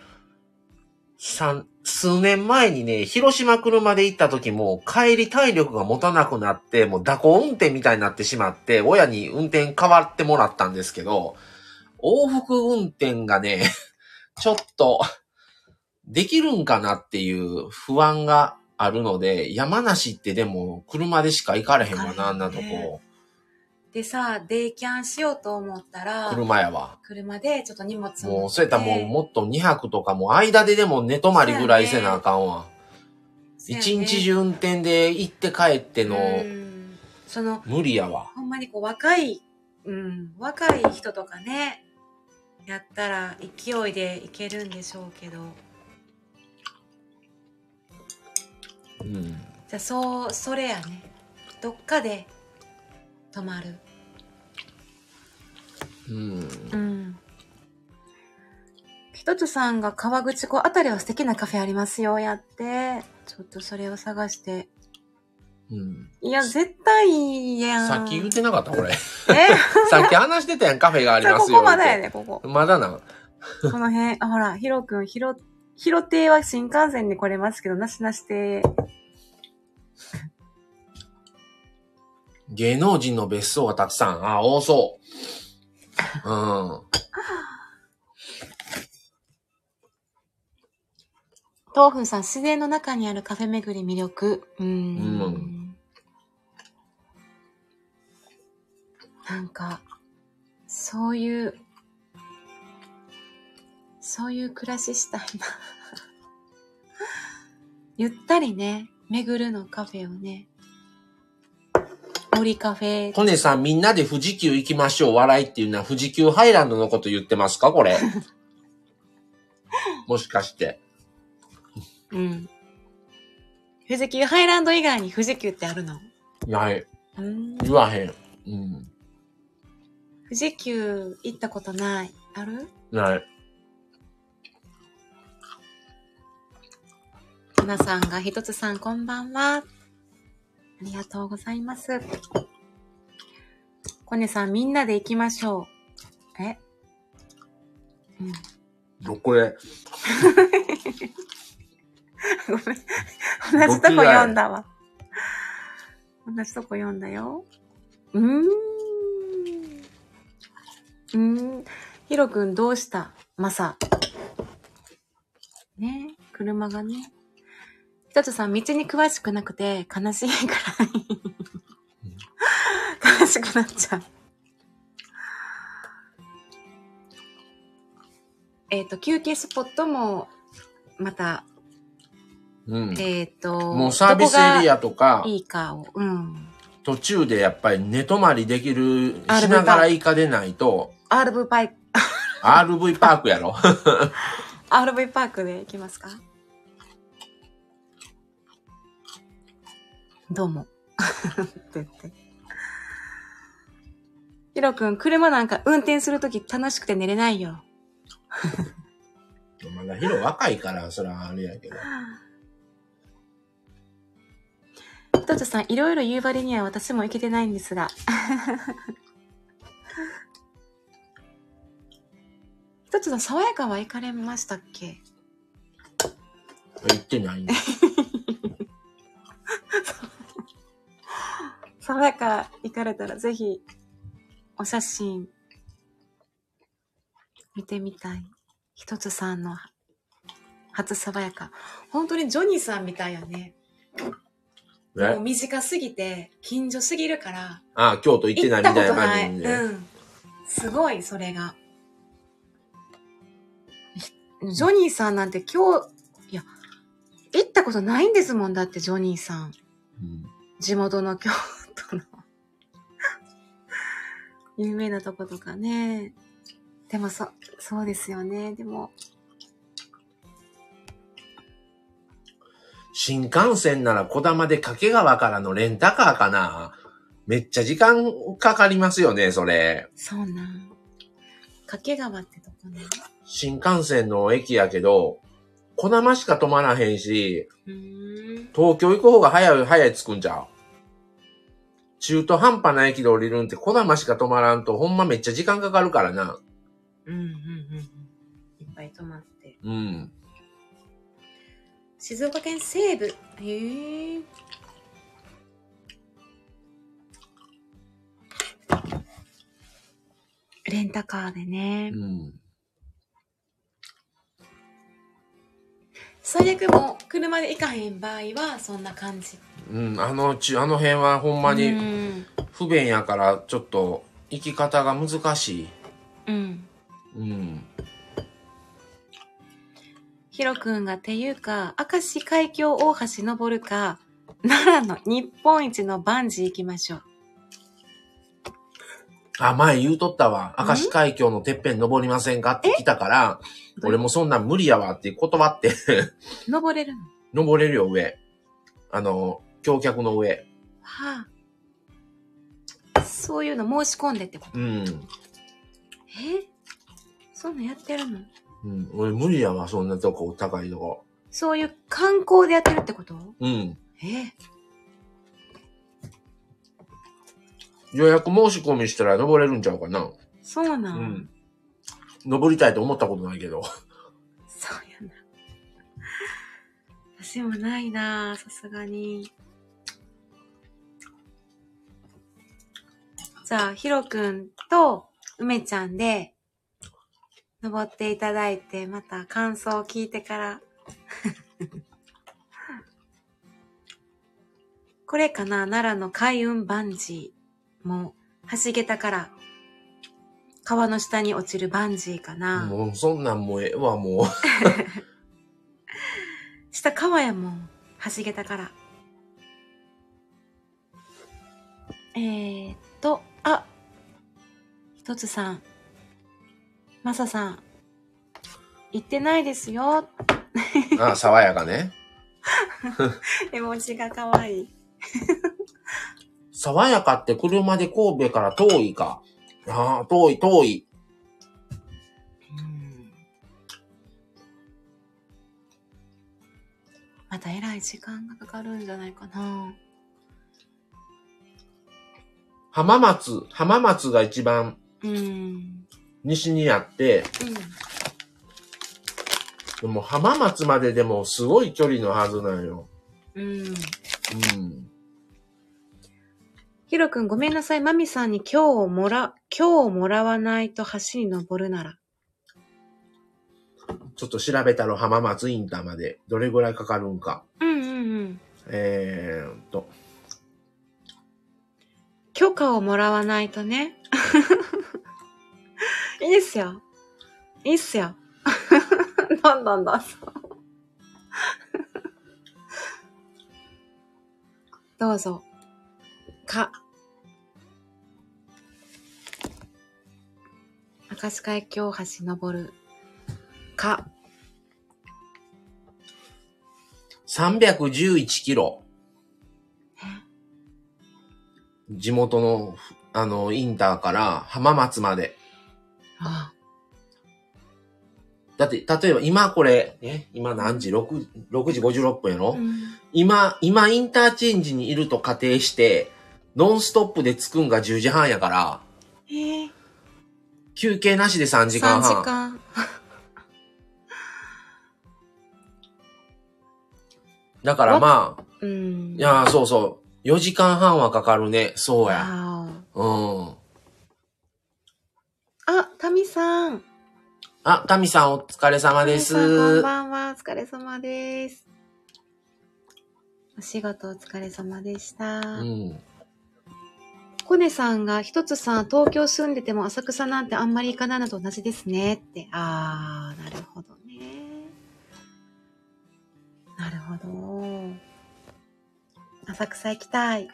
数年前にね、広島車で行った時も帰り体力が持たなくなって、もう蛇行運転みたいになってしまって、親に運転変わってもらったんですけど、往復運転がね、ちょっとできるんかなっていう不安があるので、山梨ってでも車でしか行かれへんわな、あんなとこ。 でさ、デイキャンしようと思ったら、 車やわ。 車でちょっと荷物持って。 もう、そうやったらもうもっとにはくとかも間ででも寝泊まりぐらいせなあかんわ。一、ね、日中運転で行って帰っての、 その、 無理やわ。 ほんまにこう若い、うん、若い人とかね、やったら勢いで行けるんでしょうけど。 うん。 じゃあ、そう、それやね。どっかで泊まる。 うん。 うん。ひとつさんが川口湖あたりは素敵なカフェありますよ、やって。ちょっとそれを探して。 うん。 いや、絶対いいやん。 さっき言ってなかったこれ。 えさっき話してたやん、カフェがありますよ。 ここまだやね、ここ。 まだな。 この辺、あ、ほら、ヒロ君、ヒロ、ヒロ亭は新幹線で来れますけど、なしなし亭。 芸能人の別荘がたくさん。あ、多そう。うん。 豆腐さん、自然の中にあるカフェ巡り魅力。うーん。うん、なんか、そういう、そういう暮らししたいな。ゆったりね、巡るのカフェをね。森カフェ。 トネさん、みんなで富士急行きましょう。笑いっていうのは富士急ハイランドのこと言ってますかこれ。もしかして。 うん。富士急ハイランド以外に富士急ってあるの？ ない。 うん。 言わへん。うん。 富士急行ったことない。ある？ ない。 皆さんが一つさんこんばんは。ありがとうございます。コネさんみんなで行きましょう。え？うん。 どこへ？ ごめん。同じとこ読んだわ。同じとこ読んだよ。うーん。うーん。ヒロくんどうした？マサ。ね、車がね。ひとつさん、道に詳しくなくて悲しいくらい悲しくなっちゃう。えっと、休憩スポットも、また、 うん、 えっと、 もうサービスエリアとか、 いいかを、うん。 途中でやっぱり寝泊まりできる、しながら行かでないと、 アールブイ パーク。 アールブイ パークやろ。 アールブイ パークで行きますか？どうも。って言って。ヒロ君、車なんか運転するとき楽しくて寝れないよ。 まだヒロ若いから、それはあれやけど。 ひとつさん、いろいろ言う割には私も行けてないんですが。ひとつさん、爽やかは行かれましたっけ？ 行ってないんだ。 爽やか行かれたらぜひお写真見てみたい。ひとつさんの初爽やか。本当にジョニーさんみたいやね。もう短すぎて近所すぎるから。 ああ、京都行ってないみたいな感じで、ね。 うん。すごいそれが。ジョニーさんなんて今日いや行ったことないんですもんだってジョニーさん。うん、地元の京都の有名なとことかね。でもそ、そうですよね。でも。 新幹線なら小玉で掛川からのレンタカーかな。 めっちゃ時間かかりますよね、それ。 そうなん。掛川ってどこね。 新幹線の駅やけど、小玉しか止まらへんし、 うーん。 東京行く方が早い、早い着くんちゃう。中途半端な駅で降りるんって小玉しか止まらんと、ほんまめっちゃ時間かかるからな。 うんうんうんうん。いっぱい止まって。 うん。 静岡県西部。へえ。レンタカーでね。 うん。 最悪もう車で行かへん場合はそんな感じ。 うん、あのち、あの辺はほんまに不便やからちょっと行き方が難しい。 うん。 うん。 ヒロ君がっていうか、明石海峡大橋登るか、奈良の日本一のバンジー行きましょう。 あ、前言うとったわ。明石海峡のてっぺん登りませんかって来たから、俺もそんなん無理やわって断って。 登れるの？ 登れるよ、上。あの、橋脚の上。 はあ。そういうの申し込んでってこと？ うん。 え？そんなんやってるの？ うん。俺無理やわ、そんなとこ、高いとこ。 そういう観光でやってるってこと？ うん。 え？ 予約申し込みしたら登れるんちゃうかな。 そうなん。 うん。登りたいと思ったことないけど。 そうやな。私もないな、さすがに。じゃあ、ヒロくんと梅ちゃんで登っていただいて、また感想を聞いてから。これかな、奈良の開運バンジー。もう、橋桁から川の下に落ちるバンジーかな。 もう、そんなんもうええわ、もう。 下川やもん、橋桁から。えーっと、あ、ひとつさん、まささん、言ってないですよ。 ああ、爽やかね。 絵文字がかわいい。 爽やかって車で神戸から遠いか。ああ、遠い、遠い。 うん。またえらい時間がかかるんじゃないかな。 浜松、浜松が一番うん西にあって、 うん、 でも浜松まででもすごい距離のはずなんよ。 うん。 うん。 ヒロ君ごめんなさい。マミさんに今日をもら、今日をもらわないと橋に登るなら。 ちょっと調べたら浜松インターまでどれぐらいかかるんか。 うんうんうん。 えーっと。 許可をもらわないとね。いいっすよ。いいっすよ。どんどんどん。どうぞ。か。明石海峡橋登る。か。 さんびゃくじゅういちキロ。地元の、あの、インターから浜松まで。 ああ。 だって、例えば今これ、え今何時 ?ろく、ろくじごじゅうろっぷんやろ、うん、今、今インターチェンジにいると仮定して、ノンストップで着くんがじゅうじはんやから、 えー、 休憩なしでさんじかんはん。 さんじかん。 だからまあ、 うん、 いや、そうそう。よじかんはんはかかるね。そうや。うん。 あ、タミさん。 あ、タミさんお疲れ様です。 こんばんは。お疲れ様です。お仕事お疲れ様でした。うん。コネさんが、ひとつさん、東京住んでても浅草なんてあんまり行かないのと同じですねって。あー、なるほどね。なるほど。浅草行きたい。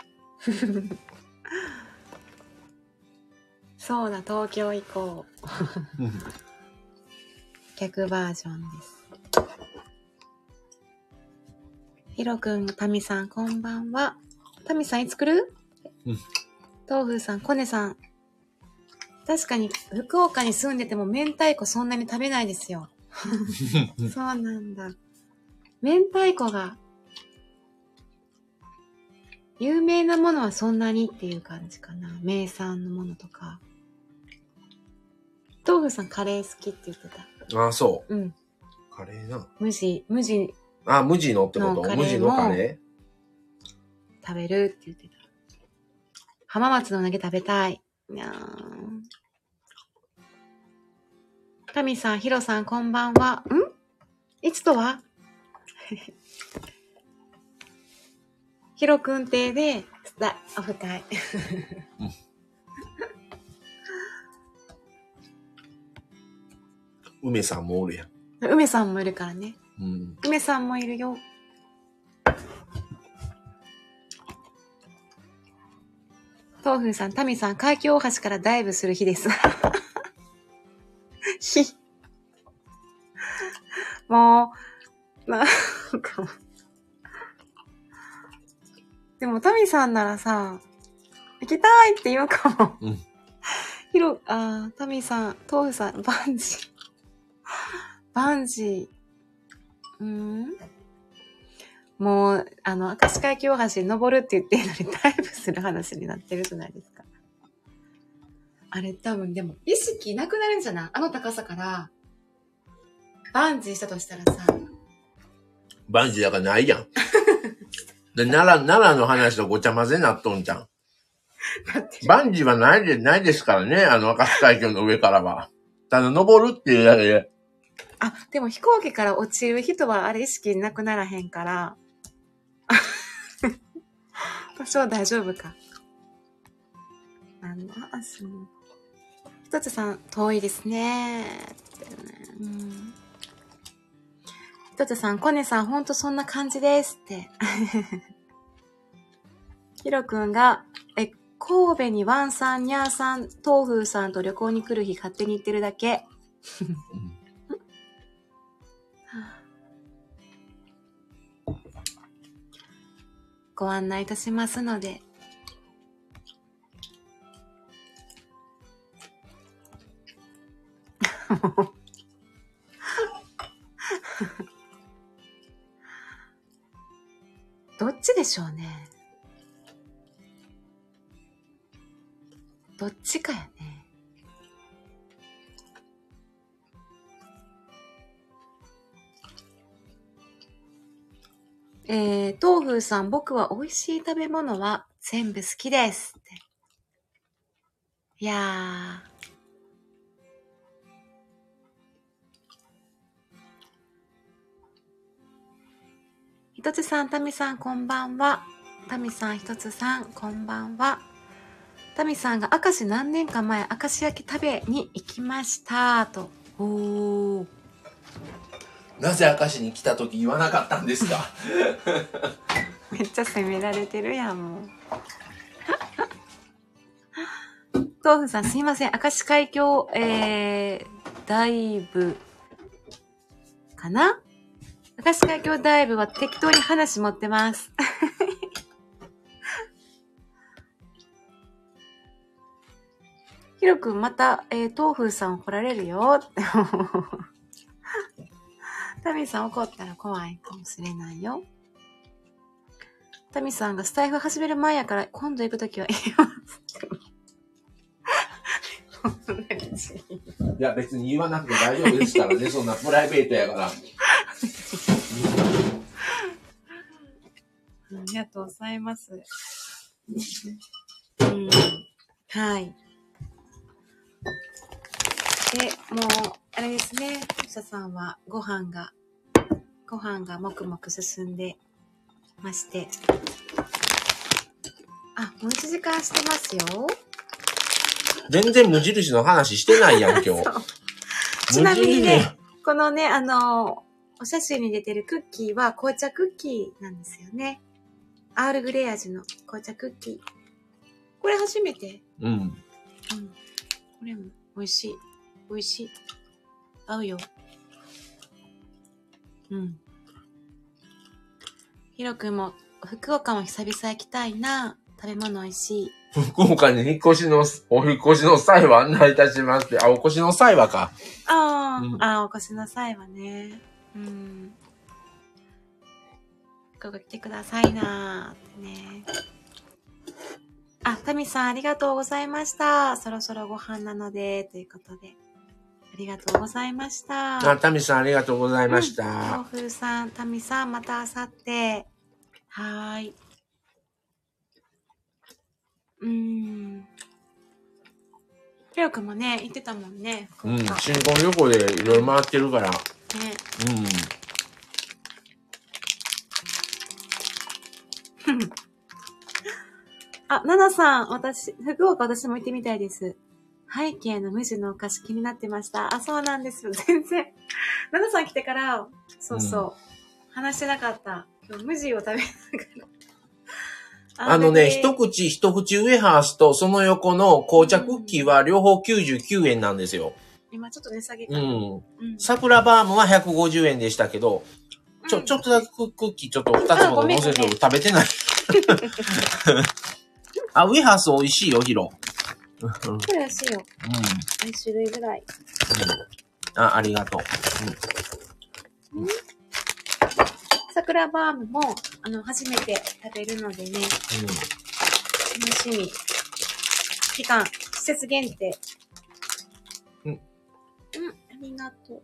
そうだ、東京行こう。逆バージョンです。ひろくん、タミさん、こんばんは。タミさん、いつ来る？ うん。 豆腐さん、コネさん。確かに、福岡に住んでても明太子そんなに食べないですよ。そうなんだ。明太子が、有名なものはそんなにっていう感じかな。名産のものとか。豆腐さん、カレー好きって言ってた。 ああ、そう。 うん。 カレーな。 無地、無地。 あ、無地のってこと？無地のカレー食べるって言ってた。浜松のうなぎ食べたい。いやー。タミさん、ヒロさん、こんばんは。んいつとはヒロくん邸で、オフ会。 うん、梅さんもおるやん。 梅さんもいるからね。 うん、 梅さんもいるよ。豆腐さん、タミさん、海峡大橋からダイブする日です。日。もう、なんか。でも、タミさんならさ、行きたいって言うかも。 うん。 ひろ、あー、タミさん、豆腐さん、バンジー。バンジー。うーんもう、あの、明石海峡大橋に登るって言ってるのにダイブする話になってるじゃないですか。あれ多分でも、意識なくなるんじゃない？あの高さから、バンジーしたとしたらさ。 バンジーだからないやん。で、奈良、奈良の話とごちゃ混ぜなっとんじゃん。バンジーはないで、ないですからね、あの、明石海峡の上からは。ただ、登るっていうだけで。 あ、でも飛行機から落ちる人はあれ意識なくならへんから、私は大丈夫か。あの、あ、そう。ひとつさん、遠いですね。ってね、うん。ひとつさん、コネさん、ほんとそんな感じですって。ひろくんが、え、神戸にワンさん、ニャーさん、東風さんと旅行に来る日勝手に行ってるだけ。ご案内いたしますので。どっちでしょうね。どっちかやね。えー、東風さん、僕は美味しい食べ物は全部好きですって。いやー。ひとつさん、たみさん、こんばんは。たみさん、ひとつさん、こんばんは。たみさんが明石何年か前、明石焼き食べに行きましたと。おー。 なぜ明石に来た時言わなかったんですか？ めっちゃ責められてるやん、もう。豆腐さん、すいません。明石海峡、えー、ダイブ、かな？明石海峡ダイブは適当に話持ってます。ひろくん、また、えー、豆腐さん怒られるよ。タミさん怒ったら怖いかもしれないよ。タミさんがスタイフ始める前やから今度行くときは言います。 いや別に言わなくて大丈夫ですからね。そんなプライベートやから。ありがとうございます。うん、はい。で、もう、あれですね、ミシャさんはご飯が、ご飯がもくもく進んでまして。あ、もういちじかんしてますよ。 全然無印の話してないやん、今日。 ちなみにね、このね、あの、お写真に出てるクッキーは紅茶クッキーなんですよね。アールグレイ味の紅茶クッキー。これ初めて。 うん。うん。 これも美味しい。美味しい。合うよ。うん。ひろくんも、福岡も久々行きたいな。食べ物美味しい。 福岡に引っ越しの、お引っ越しの際は案内いたしますって。あ、お越しの際はか。 ああ、 うん、 あ、お越しの際はね。うん。ここ来てくださいなーってね。あ、タミさんありがとうございました。そろそろご飯なので、ということで。ありがとうございました。 あ、タミさんありがとうございました。 豆腐さん、タミさん、またあさって。はーい。うーん。ひろくんもね、行ってたもんね。 うん、新婚旅行でいろいろ回ってるから。ね。うん。あ、ナナさん、私、福岡私も行ってみたいです。背景の無地のお菓子気になってました。あ、そうなんですよ。全然。ナナさん来てから、そうそう、うん、話してなかった。今日無地を食べながら。 あのね、一口一口ウエハースとその横の紅茶クッキーは両方きゅうじゅうきゅうえんなんですよ。 今ちょっと値下げか。 うん。桜バームはひゃくごじゅうえんでしたけど、ちょ、ちょっとだけクッキーちょっと二つも乗せると食べてない。あ、ウエハース美味しいよ、ヒロ。 これ美味しいよ。うん。に種類ぐらい。 うん、あ、ありがとう。うん、 桜バームも、あの、初めて食べるのでね。うん。楽しみ。期間、季節限定。うん。うん、ありがとう。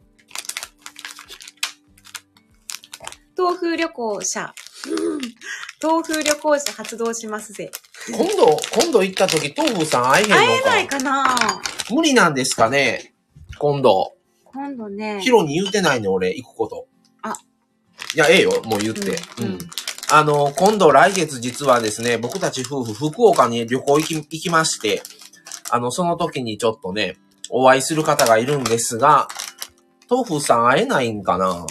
東風旅行者。東風旅行者発動しますぜ。 今度、今度行った時、東風さん会えへんのか？ 会えないかな？ 無理なんですかね？今度。 今度ね。 ヒロに言うてないね、俺、行くこと。 あ。 いや、ええよ、もう言って。うん。うん、あの、今度来月実はですね、僕たち夫婦、福岡に旅行行き、行きまして、あの、その時にちょっとね、お会いする方がいるんですが、東風さん会えないんかな？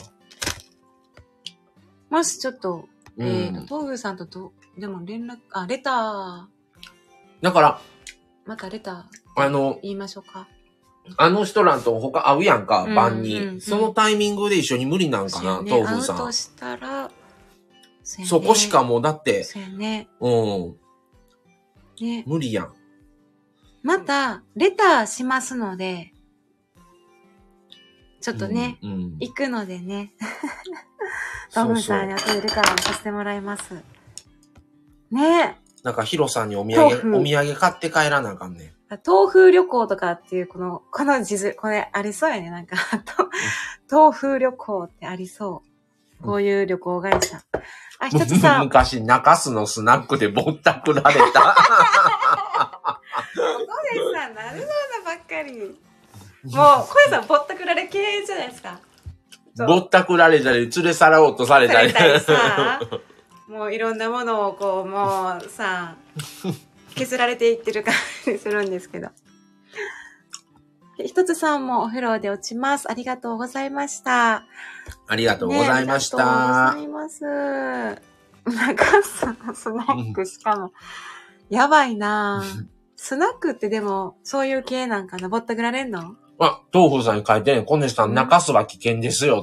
もしちょっと、うん、えーと、東風さんとと、でも連絡、あ、レター。 だから、 またレター。 あの、 言いましょうか。 あの人らと他会うやんか、うん、晩に、うんうん。そのタイミングで一緒に無理なんかな、ね、東風さん。 会うとしたら、 そ, ね、そこしかもうだって、 そうやね。 うん。ね。無理やん。 また、レターしますので、ちょっとね、うんうん、行くのでね。トムさんに後でレターをさせてもらいます。ねえ。 なんかヒロさんにお土産、お土産買って帰らなあかんねん。 東風旅行とかっていう、この、この地図、これありそうやね。なんか、東風旅行ってありそう。こういう旅行会社。あ、一つさ。 昔、中洲のスナックでぼったくられた。 お父さん、なるほどばっかり。もう、小江さん、ぼったくられ系じゃないですか。 ぼったくられたり、連れさらおうとされたり。 されたりさ、もういろんなものをこう、もうさ、削られていってる感じするんですけど。一つさんもお風呂で落ちます。ありがとうございました。 ありがとうございました。ね、 ありがとうございます。中洲のスナック、しかも、やばいなぁ。スナックってでも、そういう系なんかな？ぼったくられんの？ あ、東風さんに書いてん。コネさん、中洲は危険ですよって。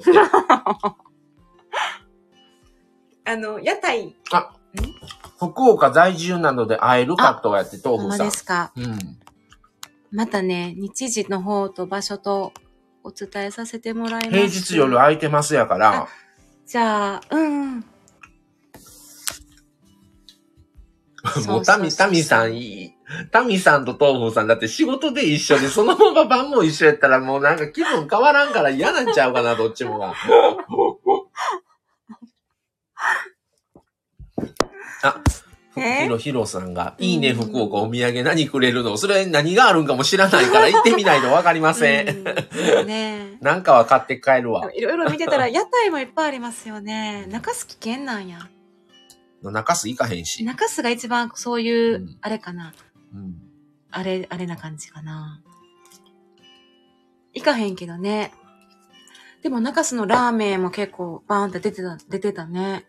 あの、屋台。 あ、福岡在住なので会えるかとやって、東風さん。 そうですか。 うん。 またね、日時の方と場所とお伝えさせてもらいます。 平日夜空いてますやから。 じゃあ、うん。 もうタミ、タミさんいい。タミさんと東風さんだって仕事で一緒で、そのまま晩も一緒やったらもうなんか気分変わらんから嫌なんちゃうかな、どっちもが。あ、ヒロヒロさんが、いいね、福岡お土産何くれるの？それ何があるんかも知らないから行ってみないとわかりません。 うんね、 なんかは買って帰るわ。 いろいろ見てたら屋台もいっぱいありますよね。中洲危険なんや。 中洲行かへんし。 中洲が一番そういう、うん、あれかな。 うん、 あれ、あれな感じかな。行かへんけどね。でも中洲のラーメンも結構バーンって出てた、出てたね。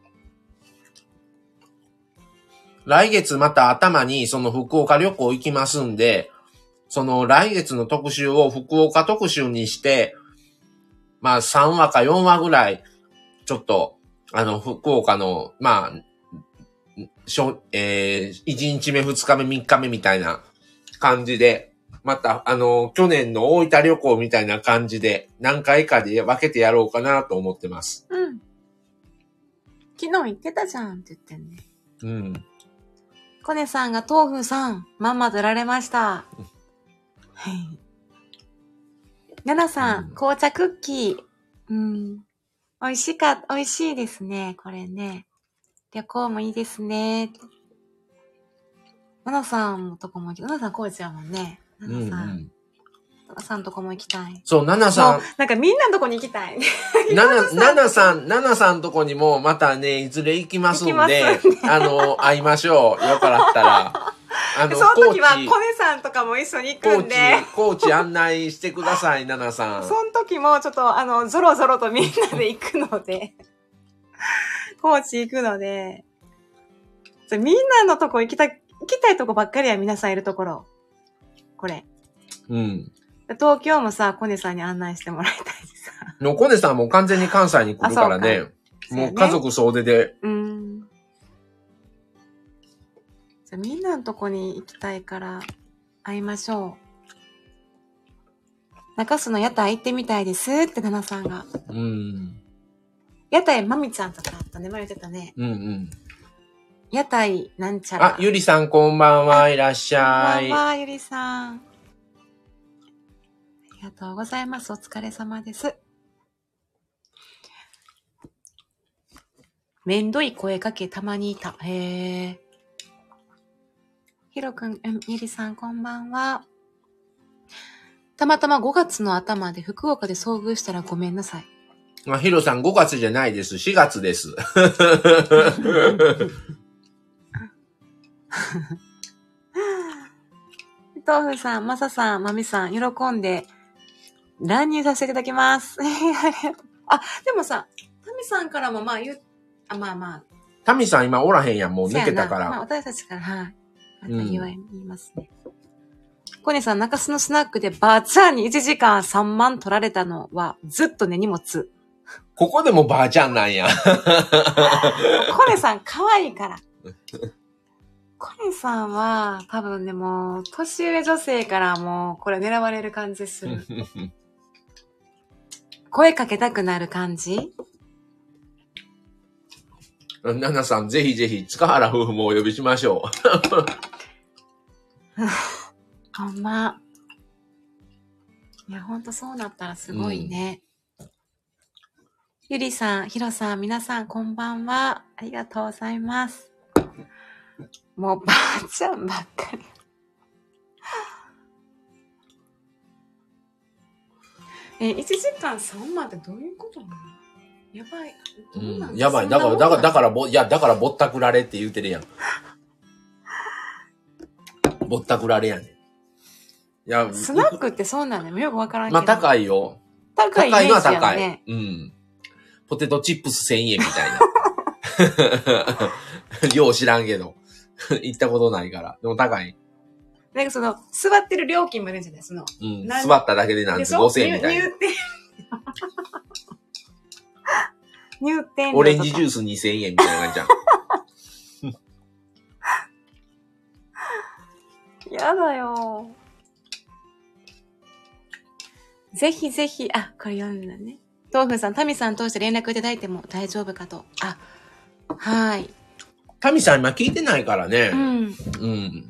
来月また頭にその福岡旅行行きますんで、その来月の特集を福岡特集にして、まあさんわかよんわぐらい、ちょっと、あの、福岡の、まあ、 しょ、えー、いちにちめ、ふつかめ、みっかめみたいな感じで、また、あの、去年の大分旅行みたいな感じで、何回かで分けてやろうかなと思ってます。 うん。昨日言ってたじゃんって言ってんね。 うん。 コネさんが豆腐さん、まんまとられました。はい。ナナさん、うん、紅茶クッキー。うん。美味しか、美味しいですね、これね。旅行もいいですね。ナナさんのとこも行き、ナナさん紅茶やもんね。ナナさん。うんうん、ナナさんとこも行きたい。 そう、ナナさん。 なんかみんなのとこに行きたい。 ナナ、ナナさん、ナナさんとこにもまたね、いずれ行きますんで、ね、あの、会いましょう。よかったら。あの、 その時はコネさんとかも一緒に行くんで。 コーチ、コーチ案内してください、ナナさん。 その時もちょっと、あの、ゾロゾロとみんなで行くので、コーチ行くので、みんなのとこ行きたい、行きたいとこばっかりや、皆さんいるところ。これ。 うん。 東京もさ、コネさんに案内してもらいたいしさ。 のコネさんも完全に関西に来るからね。かもう家族総出で。 うん。じゃみんなのとこに行きたいから会いましょう。中洲の屋台行ってみたいですってナナさんが。 うん。 屋台まみちゃんとかあったね。前言ってたね。 うんうん。 屋台なんちゃら。 あ、ゆりさんこんばんは。いらっしゃい。 こんばんは、ゆりさん。ありがとうございます。お疲れ様です。めんどい声かけたまにいた。へー。ひろくん、ゆりさんこんばんは。たまたまごがつの頭で福岡で遭遇したらごめんなさい。 あ、ひろさんごがつじゃないです。しがつです。 豆腐さん、まささん、まみさん、喜んで乱入させていただきます。あ、でもさ、タミさんからもまあ言う、あ、まあまあ。 タミさん今おらへんやん、もう抜けたから。 まあ私たちから、はい。また言われますね。うん、コネさん、中洲のスナックでバーチャーにいちじかんさんまん取られたのはずっと根に持つ。 ここでもばあちゃんなんや。 コネさん可愛いから。コネさんは多分ね、もう年上女性からもうこれ狙われる感じする。声かけたくなる感じ。 ナナさん、ぜひぜひ塚原夫婦もお呼びしましょう。ほんま。いや、ほんとそうなったらすごいね。うん、ゆりさん、ひろさん、皆さんこんばんは。ありがとうございます。もうばあちゃんばっかり。え、いちじかんさんまんってどういうことなの？やばい。どうなん、 うん、やばい。だから、だから、だからぼ、いや、だからぼったくられって言うてるやん。ぼったくられやねん。いや、スナックってそうなんだよ。よくわからんけど。 まあ、高いよ。 高いイメージやね。高いのは高い。 うん。ポテトチップスせんえんみたいな。よう知らんけど。行ったことないから。でも高い。 なんかその、座ってる料金もあるんじゃないその。 うん。座っただけでなんつごせんえんみたいな。入店。入店。オレンジジュースにせんえんみたいな感じじゃん。 やだよ。ぜひぜひ、あ、これ読んだね。豆腐さん、タミさん通して連絡いただいても大丈夫かと。あ、はい。 タミさん今聞いてないからね。 うん。 うん。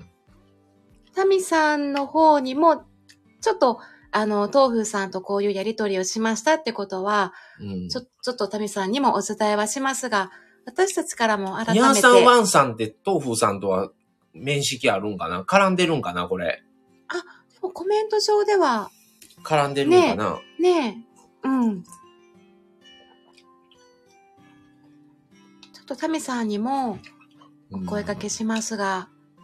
タミさんの方にも、ちょっと、あの、豆腐さんとこういうやりとりをしましたってことは、うん、ちょ、ちょっとタミさんにもお伝えはしますが、私たちからも改めて。 ニャーさんワンさんって豆腐さんとは面識あるんかな？絡んでるんかなこれ。 あ、でもコメント上では。 絡んでるんかな？ ねえ。ねえ。うん。ちょっとタミさんにもお声掛けしますが、うん、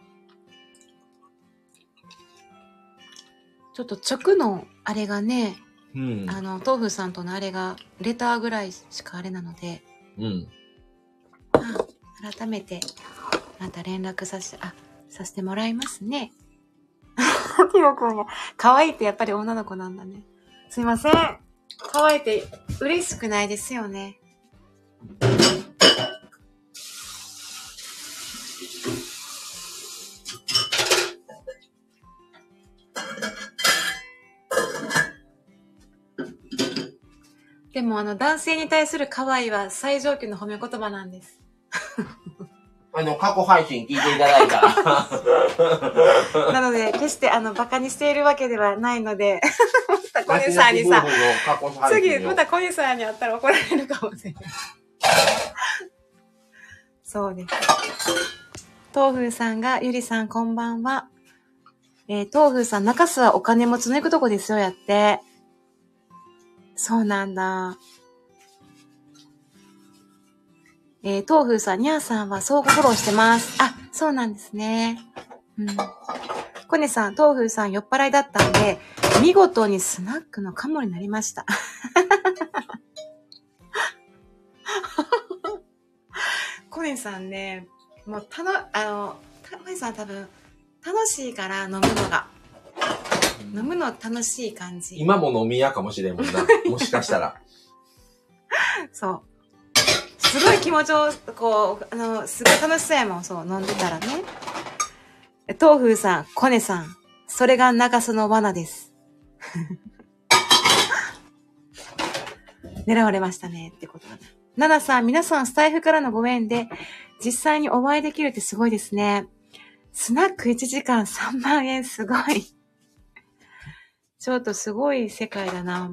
ちょっと直のあれがね、うん、あの、豆腐さんとのあれがレターぐらいしかあれなので、 うん。 あ、改めて、また連絡させて、あ、させてもらいますね。ピロ君が、可愛いってやっぱり女の子なんだね。すいません。可愛いって嬉しくないですよね。 でもあの男性に対する可愛いは最上級の褒め言葉なんです。 あの、過去配信聞いていただいたら。 なので、決してあの、バカにしているわけではないので、また小西さんにさ、次、また小西さんに会ったら怒られるかもしれない。そうです。東風さんが、ゆりさんこんばんは。えー、東風さん、中洲はお金持ちの行くとこですよ、やって。そうなんだ。えー、東風さん、にゃーさんは相互フォローしてます。あ、そうなんですね。うん。コネさん、東風さん酔っ払いだったんで、見事にスナックのカモになりました。コネさんね、もうたの、あの、コネさん多分、楽しいから飲むのが。飲むの楽しい感じ。 今も飲み屋かもしれんもんな。もしかしたら。そう。 すごい気持ちを、こう、あの、すごい楽しそうやもん、そう、飲んでたらね。東風さん、コネさん、それが中洲の罠です。狙われましたね、ってことだな。ナナさん、皆さんスタイフからのご縁で、実際にお会いできるってすごいですね。スナックいちじかんさんまんえん、すごい。ちょっとすごい世界だな。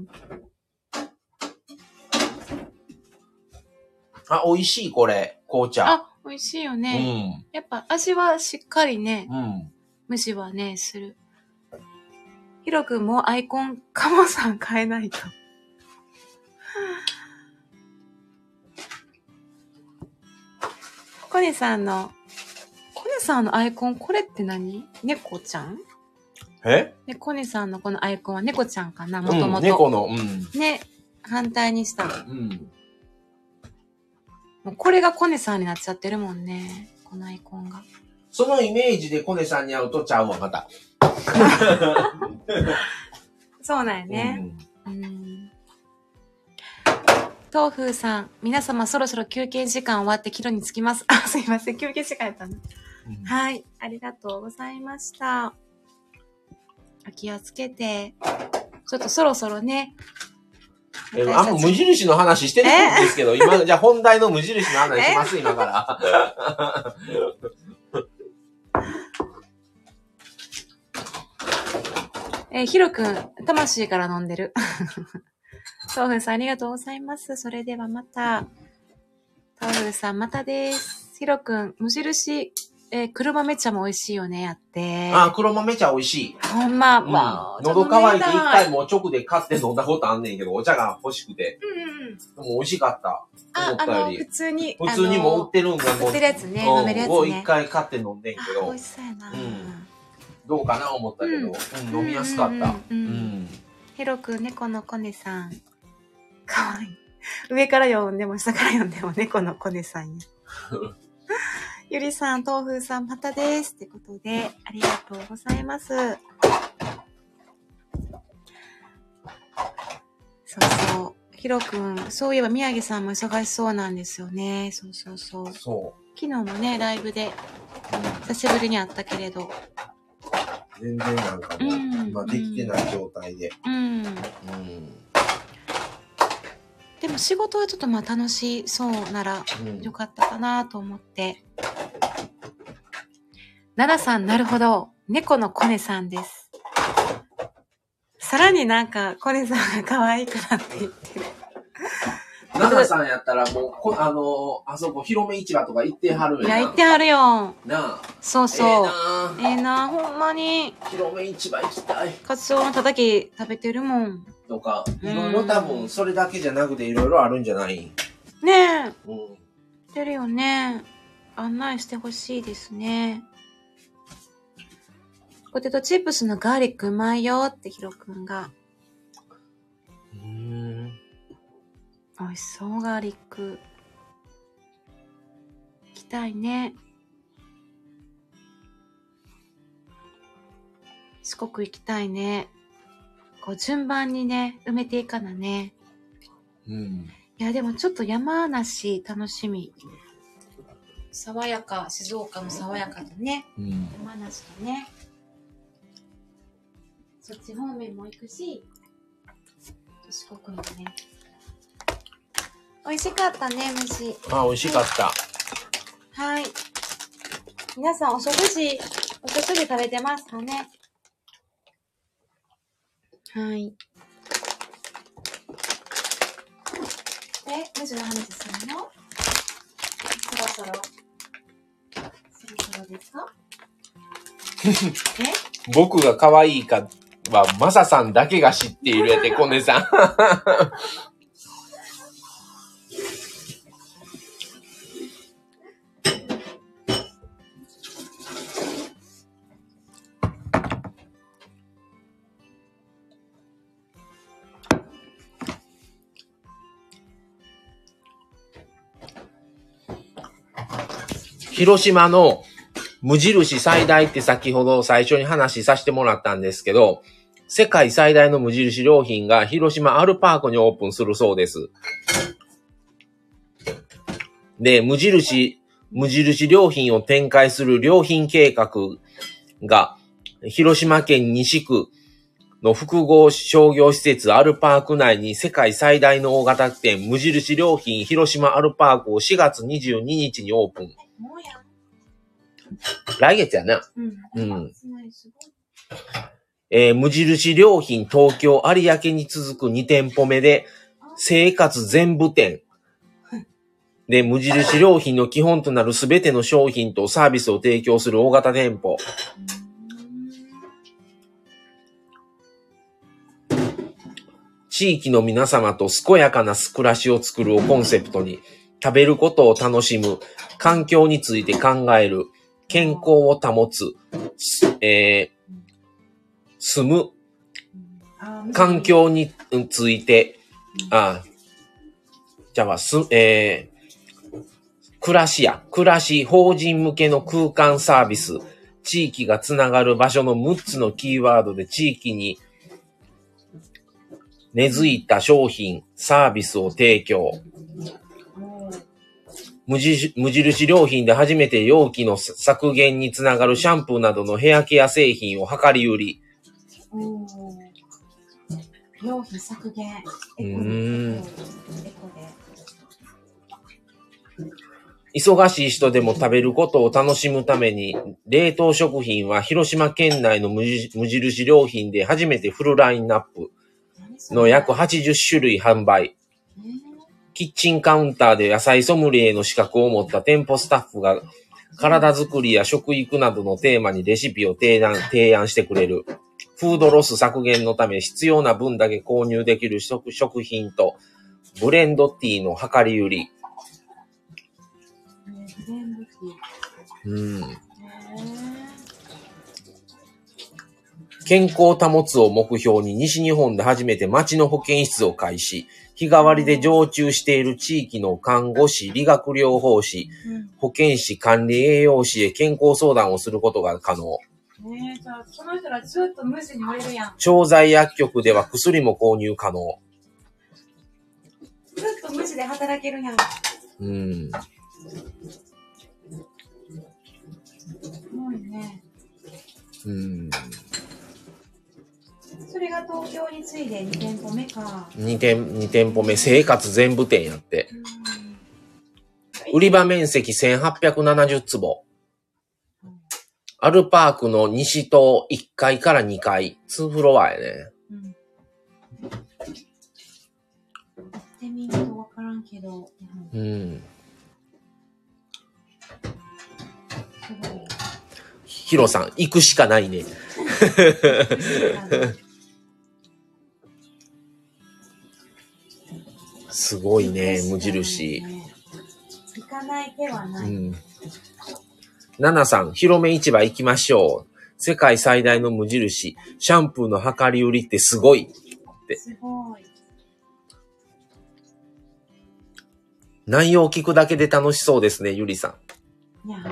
あ、美味しい、これ、紅茶。 あ、美味しいよね。うん。やっぱ味はしっかりね、うん。無視はね、する。ヒロ君もアイコン、カモさん変えないと。コネさんの、コネさんのアイコン、これって何？猫ちゃん？ え？ で、コネさんのこのアイコンは猫ちゃんかな、もともと。 猫の、うん。 ね、反対にした。うん。もうこれがコネさんになっちゃってるもんね。このアイコンが。 そのイメージでコネさんに会うとちゃうわ、また。 そうなんやね。うん。うん、東風さん、皆様そろそろ休憩時間終わって帰路に着きます。あ、すいません。休憩時間やったの。うん、はい。ありがとうございました。お気をつけて。ちょっとそろそろね。 えあの無印の話してるんですけど、今、じゃあ本題の無印の話します、今から。 えー、ヒロくん、魂から飲んでる。東風さん、ありがとうございます。それではまた。東風さん、またです。ヒロくん、無印、えー、黒豆茶も美味しいよね、やって。 ああ、黒豆茶美味しい。 ほんま、 うん、まあ、喉乾いて一回もう直で買って飲んだことあんねんけど、お茶が欲しくて。うんうん。でも美味しかった。 思ったより。あ、あの、普通に。 普通にも売ってるんだもん。 売ってるやつね、飲めるやつね。 を一回買って飲んでんけど。 美味しそうやな。うん。 どうかな思ったけど、うん、飲みやすかった。うん。 ヒロくん、猫のコネさん。かわいい。上から読んでも下から読んでも猫のコネさんや。ゆりさん、東風さん、またです。ってことで、ありがとうございます。そうそう。ヒロくん、そういえば宮城さんも忙しそうなんですよね。そうそうそう。 そう。 昨日もね、ライブで、久しぶりに会ったけれど。 全然なんかもう、うん、今できてない状態で。うん。うん。 でも仕事はちょっとまあ楽しそうならよかったかなと思って。奈良さん、なるほど。猫のコネさんです。さらになんか、コネさんが可愛くなっていってる。 奈良さんやったらもう、こあの、あそこ、広め市場とか行ってはるやん。いや、行ってはるよ。 なあ。 そうそう。ええな。ええな、ほんまに。 広め市場行きたい。 カツオのたたき食べてるもん。 とか、いろいろ多分、それだけじゃなくていろいろあるんじゃない？ ねえ。うん。出るよね。案内してほしいですね。ポテトチップスのガーリックうまいよってヒロくんが。うーん。美味しそう、ガーリック。行きたいね。四国行きたいね。こう順番にね、埋めていかなね。うん。いや、でもちょっと山梨楽しみ。爽やか、静岡の爽やかとね。うん、山梨とね。そっち方面も行くし、四国もね。 美味しかったね、虫。 あ、美味しかった。 はい。皆さん、お食事、お食事食べてますかね。はい。え、虫の話するの？そろそろ。そろそろですか？ え？僕が可愛いかは、マサさんだけが知っているやて、コネさん。広島の無印最大って先ほど最初に話させてもらったんですけど、世界最大の無印良品が広島アルパークにオープンするそうです。で、無印、無印良品を展開する良品計画が広島県西区の複合商業施設アルパーク内に世界最大の大型店無印良品広島アルパークをしがつにじゅうににちにオープン。来月やな。うん。うん。えー、無印良品東京有明に続くにてんぽめで生活全部店。で、無印良品の基本となるすべての商品とサービスを提供する大型店舗。地域の皆様と健やかな暮らしを作るをコンセプトに、食べることを楽しむ、環境について考える、健康を保つ、えー、住む、環境について、あ、じゃあ、す、えー、暮らしや、暮らし、法人向けの空間サービス、地域がつながる場所のむっつのキーワードで地域に根付いた商品、サービスを提供。無印、無印良品で初めて容器の削減につながるシャンプーなどのヘアケア製品を量り売り。 おー。容器削減。 うーん。忙しい人でも食べることを楽しむために、冷凍食品は広島県内の無印良品で初めてフルラインナップの約はちじゅっしゅるい販売。キッチンカウンターで野菜ソムリエの資格を持った店舗スタッフが体作りや食育などのテーマにレシピを提案、提案してくれる。フードロス削減のため必要な分だけ購入できる食、食品とブレンドティーの量り売り。うん。健康を保つを目標に西日本で初めて町の保健室を開始。日替わりで常駐している地域の看護師、理学療法士、うん、保健師、管理栄養士へ健康相談をすることが可能。 ねえ、じゃあその人らずっと無視におれるやん。 調剤薬局では薬も購入可能。 ずっと無視で働けるやん。 うん。 すごいね。 うん。 それが東京に次いでにてんぽめか。 に店、に店舗目、生活全部店やって。売り場面積せんはっぴゃくななじゅうつぼ。うん、アルパークの西棟いっかいからにかい。にフロアやね。うん。 行ってみるとわからんけど。 うん。うん、 すごい。 ヒロさん、行くしかないね。すごいね、無印。 行かない手はない。うん。 ナナさん、広め市場行きましょう。世界最大の無印。シャンプーの量り売りってすごい。って。 すごい。 内容を聞くだけで楽しそうですね、ゆりさん。いや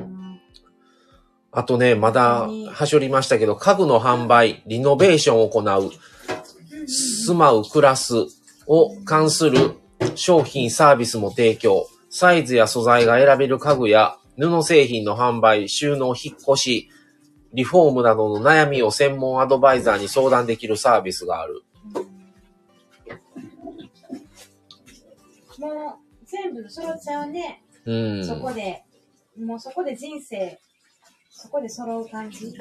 あとね、まだ、はしょりましたけど、家具の販売、リノベーションを行う、住まう暮らすを関する商品サービスも提供。サイズや素材が選べる家具や布製品の販売、収納、引っ越し、リフォームなどの悩みを専門アドバイザーに相談できるサービスがある。 もう全部揃っちゃうね。 うん。 そこで、もうそこで人生、そこで揃う感じ。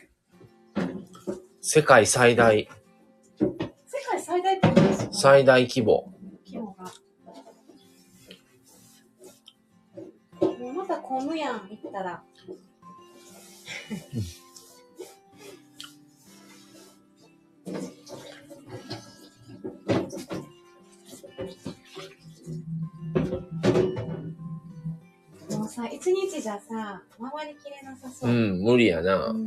世界最大。 世界最大ってことですか？ 最大規模。 規模が。もうまた混むやん、行ったら。もうさ、一日じゃさ、回りきれなさそう。 うん、無理やな。 うん、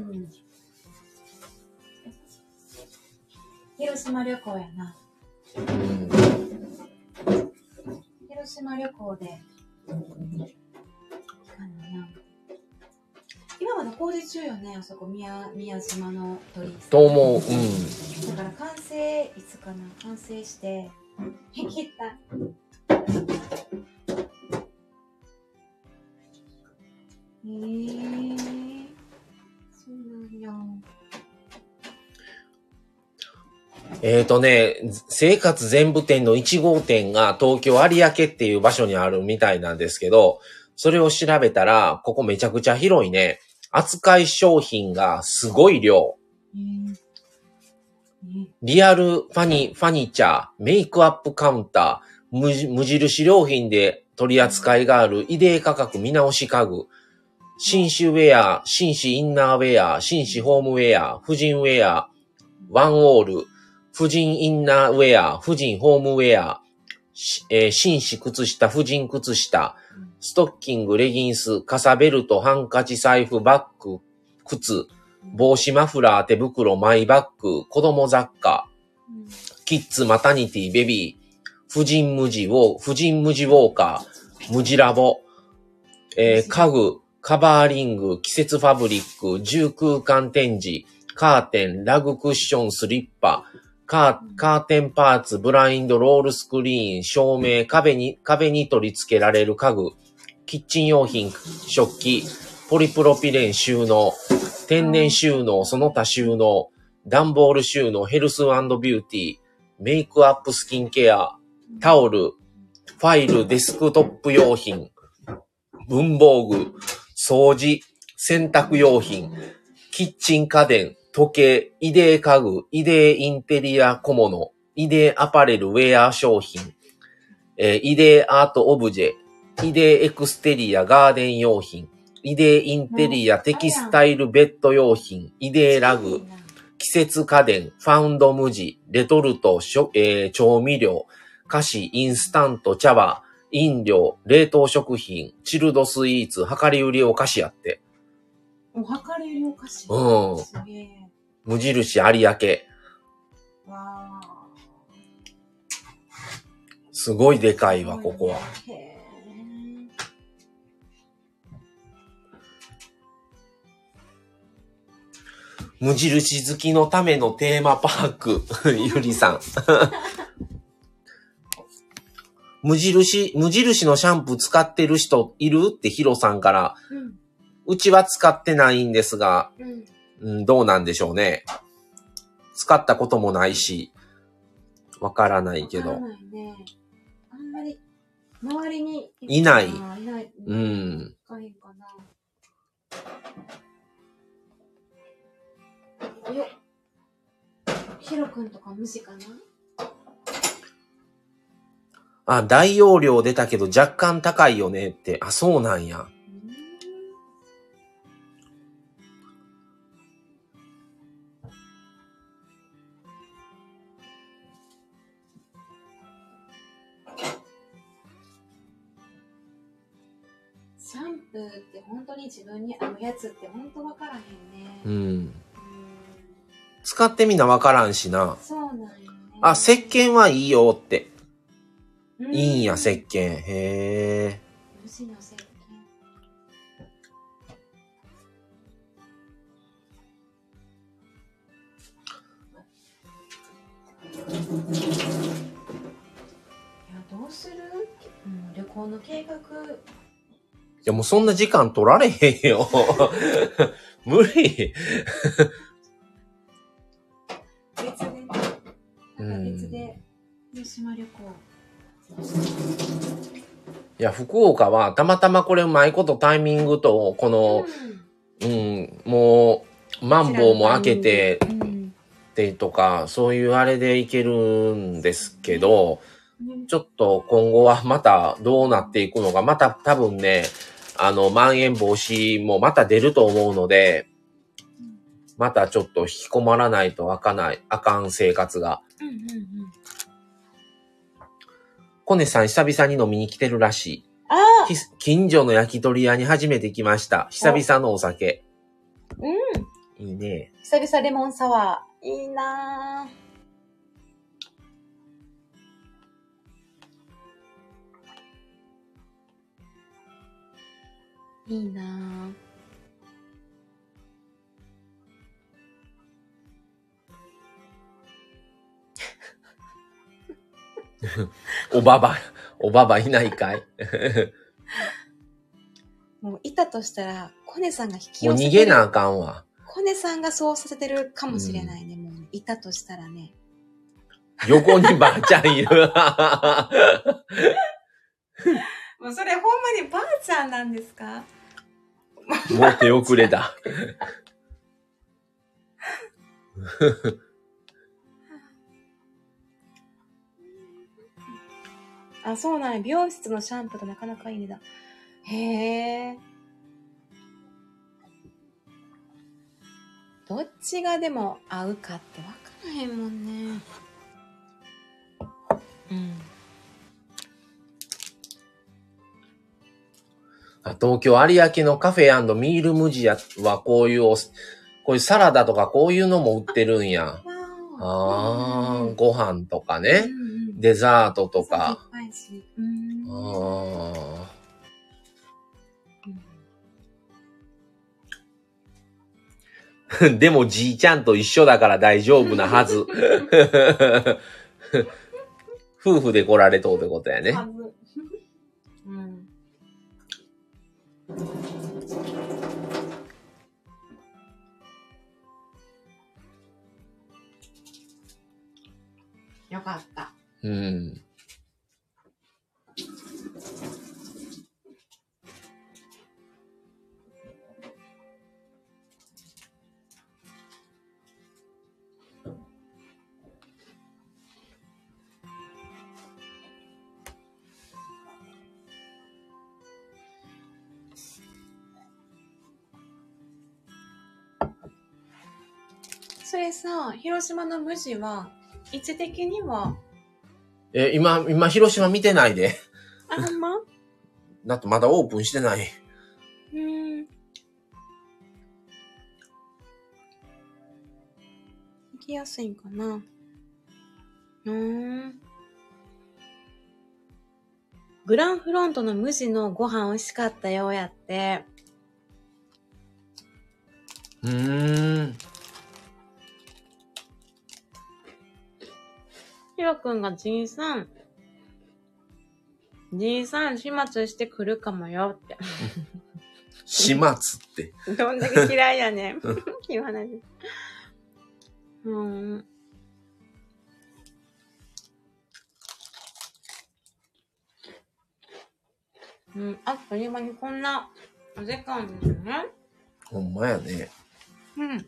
広島旅行やな。 うん、 広島旅行で。あのな今まだ工事中よね、あそこ宮、宮島の鳥居。 と思う。うん。 だから完成いつかな、完成して行きたい。えー、そうなんや。 えーとね、生活全部店のいち号店が東京有明っていう場所にあるみたいなんですけど、それを調べたら、ここめちゃくちゃ広いね。扱い商品がすごい量。 えーえー、 リアルファニ、ファニチャー、メイクアップカウンター、無、無印良品で取り扱いがある異例価格見直し家具、紳士ウェア、紳士インナーウェア、紳士ホームウェア、婦人ウェア、ワンオール、婦人インナーウェア、婦人ホームウェア、えー、紳士靴下、婦人靴下、ストッキング、レギンス、傘ベルト、ハンカチ、財布、バッグ、靴、帽子、マフラー、手袋、マイバッグ、子供雑貨、キッズ、マタニティ、ベビー、婦人無地ウォー、婦人無地ウォーカー、無地ラボ、えー、家具、カバーリング、季節ファブリック、重空間展示、カーテン、ラグクッション、スリッパ、カー、カーテンパーツ、ブラインド、ロールスクリーン、照明、壁に、壁に取り付けられる家具、キッチン用品、食器、ポリプロピレン収納、天然収納、その他収納、段ボール収納、ヘルス&ビューティー、メイクアップスキンケア、タオル、ファイル、デスクトップ用品、文房具、掃除、洗濯用品、キッチン家電、時計、イデー家具、イデーインテリア小物、イデーアパレルウェア商品、えー、イデーアートオブジェ、イデーエクステリアガーデン用品、イデーインテリアテキスタイルベッド用品、イデーラグ、季節家電、ファウンド無地、レトルト、えー、調味料、菓子、インスタント、茶葉、飲料、冷凍食品、チルドスイーツ、量り売りお菓子やって。 お量り売りお菓子。 うん。 すげえ。 無印有明。 わー。 すごいでかいわ、ここは。 へー。 無印好きのためのテーマパーク、ゆりさん。無印、無印のシャンプー使ってる人いるってヒロさんから、うん、うちは使ってないんですが、うんうん、どうなんでしょうね。使ったこともないし、わからないけど。わからないね。 あんまり、周りにいない。 いない。 うん。 使えんかな。よっ。ヒロくんとか無視かな？ あ、大容量出たけど若干高いよねって。あ、そうなんや。 シャンプーって本当に自分に合うやつって本当わからへんね。 うん。うん、使ってみなわからんしな。 そうなんよね。 あ、石鹸はいいよって。いいんや、石鹸。へえ。 無地の石鹸。いや、どうする？うん、旅行の計画。 いや、もうそんな時間取られへんよ。無理。 別でね。なんか別で、広島旅行。 いや、福岡はたまたまこれうまいことタイミングと、この、うん、うん、もう、マンボウも開けて、ってとか、そういうあれでいけるんですけど、ちょっと今後はまたどうなっていくのか、また多分ね、あの、まん延防止もまた出ると思うので、またちょっと引きこまらないとあかない、あかん生活が。うんうんうん。コネさん久々に飲みに来てるらしい。ああ。近所の焼き鳥屋に初めて来ました。久々のお酒。うん。いいね。 久々レモンサワー。いいなぁ。いいなぁ。 おばば、おばばいないかいもういたとしたら、コネさんが引き寄せてる。もう逃げなあかんわ。 コネさんがそうさせてるかもしれないね。うん、もういたとしたらね。 横にばあちゃんいる。 もうそれほんまにばあちゃんなんですか？ もう手遅れだ。 あ、そうなんや。美容室のシャンプーとなかなかいいねだ。へえ。どっちがでも合うかって分からへんもんね。うん。 東京有明のカフェ&ミールムジアはこういうお、こういうサラダとかこういうのも売ってるんや。ああ、うん、ご飯とかね、うんうん、デザートとか。うん、あうん、でもじいちゃんと一緒だから大丈夫なはず。夫婦で来られとうってことやね。うん、 よかった。 うん。 それさ、広島の無地は、位置的にはえ、今、今、広島見てないで。 あ、ほんま？ だってまだオープンしてない。 うーん。行きやすいんかな。うーん。グランフロントの無地のご飯美味しかったよ、やって。 うーん。 ひろくんがじいさん、じいさん始末してくるかもよって。 始末って。 どんだけ嫌いやねん。言わないで。うん。うん、あっという間にこんなお時間ですね。 ほんまやね。 うん。 い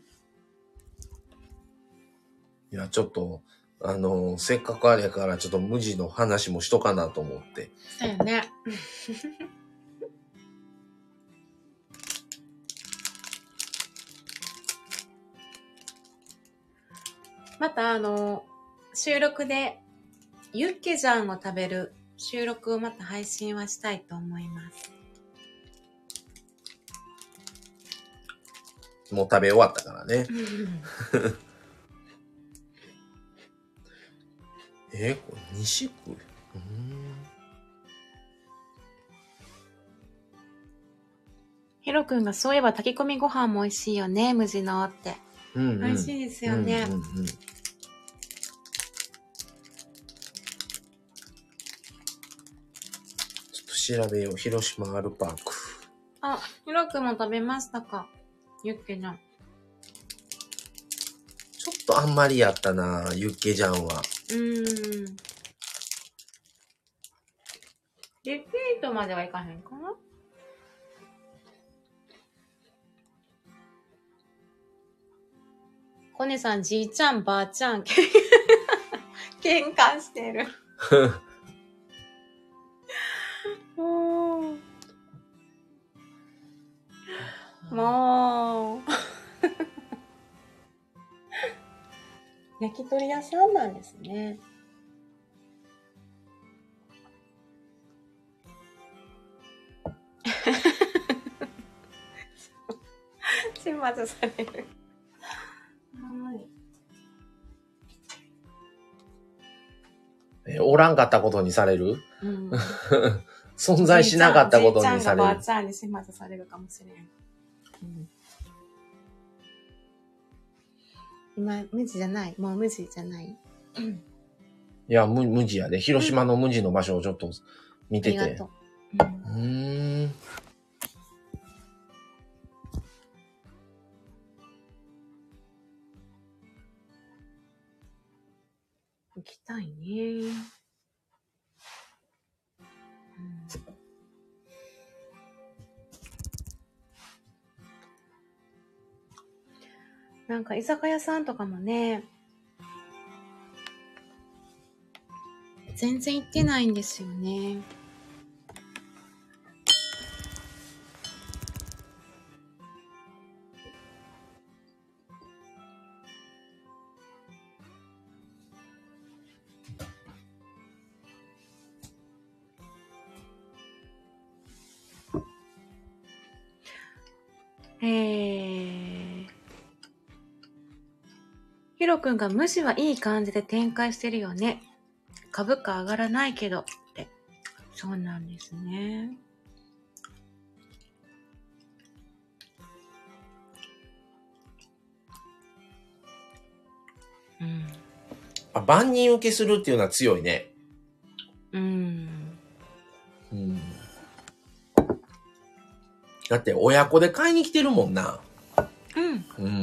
や、ちょっと、あの、せっかくあれやから、ちょっと無地の話もしとかなと思って。 そうよね。また、あの、収録で、ユッケジャンを食べる収録をまた配信はしたいと思います。 もう食べ終わったからね。えー、これ西区？うーん。 ヒロ君がそういえば炊き込みご飯も美味しいよね、無地のって。 うんうん、 美味しいですよね。うんうんうん、 ちょっと調べよう。広島アルパーク。 あ、ヒロ君も食べましたか？ユッケジャン。 ちょっとあんまりやったな、ユッケジャンは。 うーん。 リピートまではいかへんかな。コネさん、じいちゃん、ばあちゃん、喧嘩してる。もう。もう。焼き鳥屋さんなんですね。始末される。はい。 え、おらんかったことにされる、 うん、 存在しなかったことにされる。 じいちゃんがばあちゃんに始末されるかもしれん。うん、今、無地じゃない。もう無地じゃない。うん、 いや、無、無地やで。広島の無地の場所をちょっと見てて。 ありがとう。 うん。うーん。 行きたいね。うん、なんか居酒屋さんとかもね、全然行ってないんですよね。えー、ヒロ君が無視はいい感じで展開してるよね。株価上がらないけどって。そうなんですね。うん。 あ、万人受けするっていうのは強いね。 うん。 うん。だって親子で買いに来てるもんな。 うん。 うん。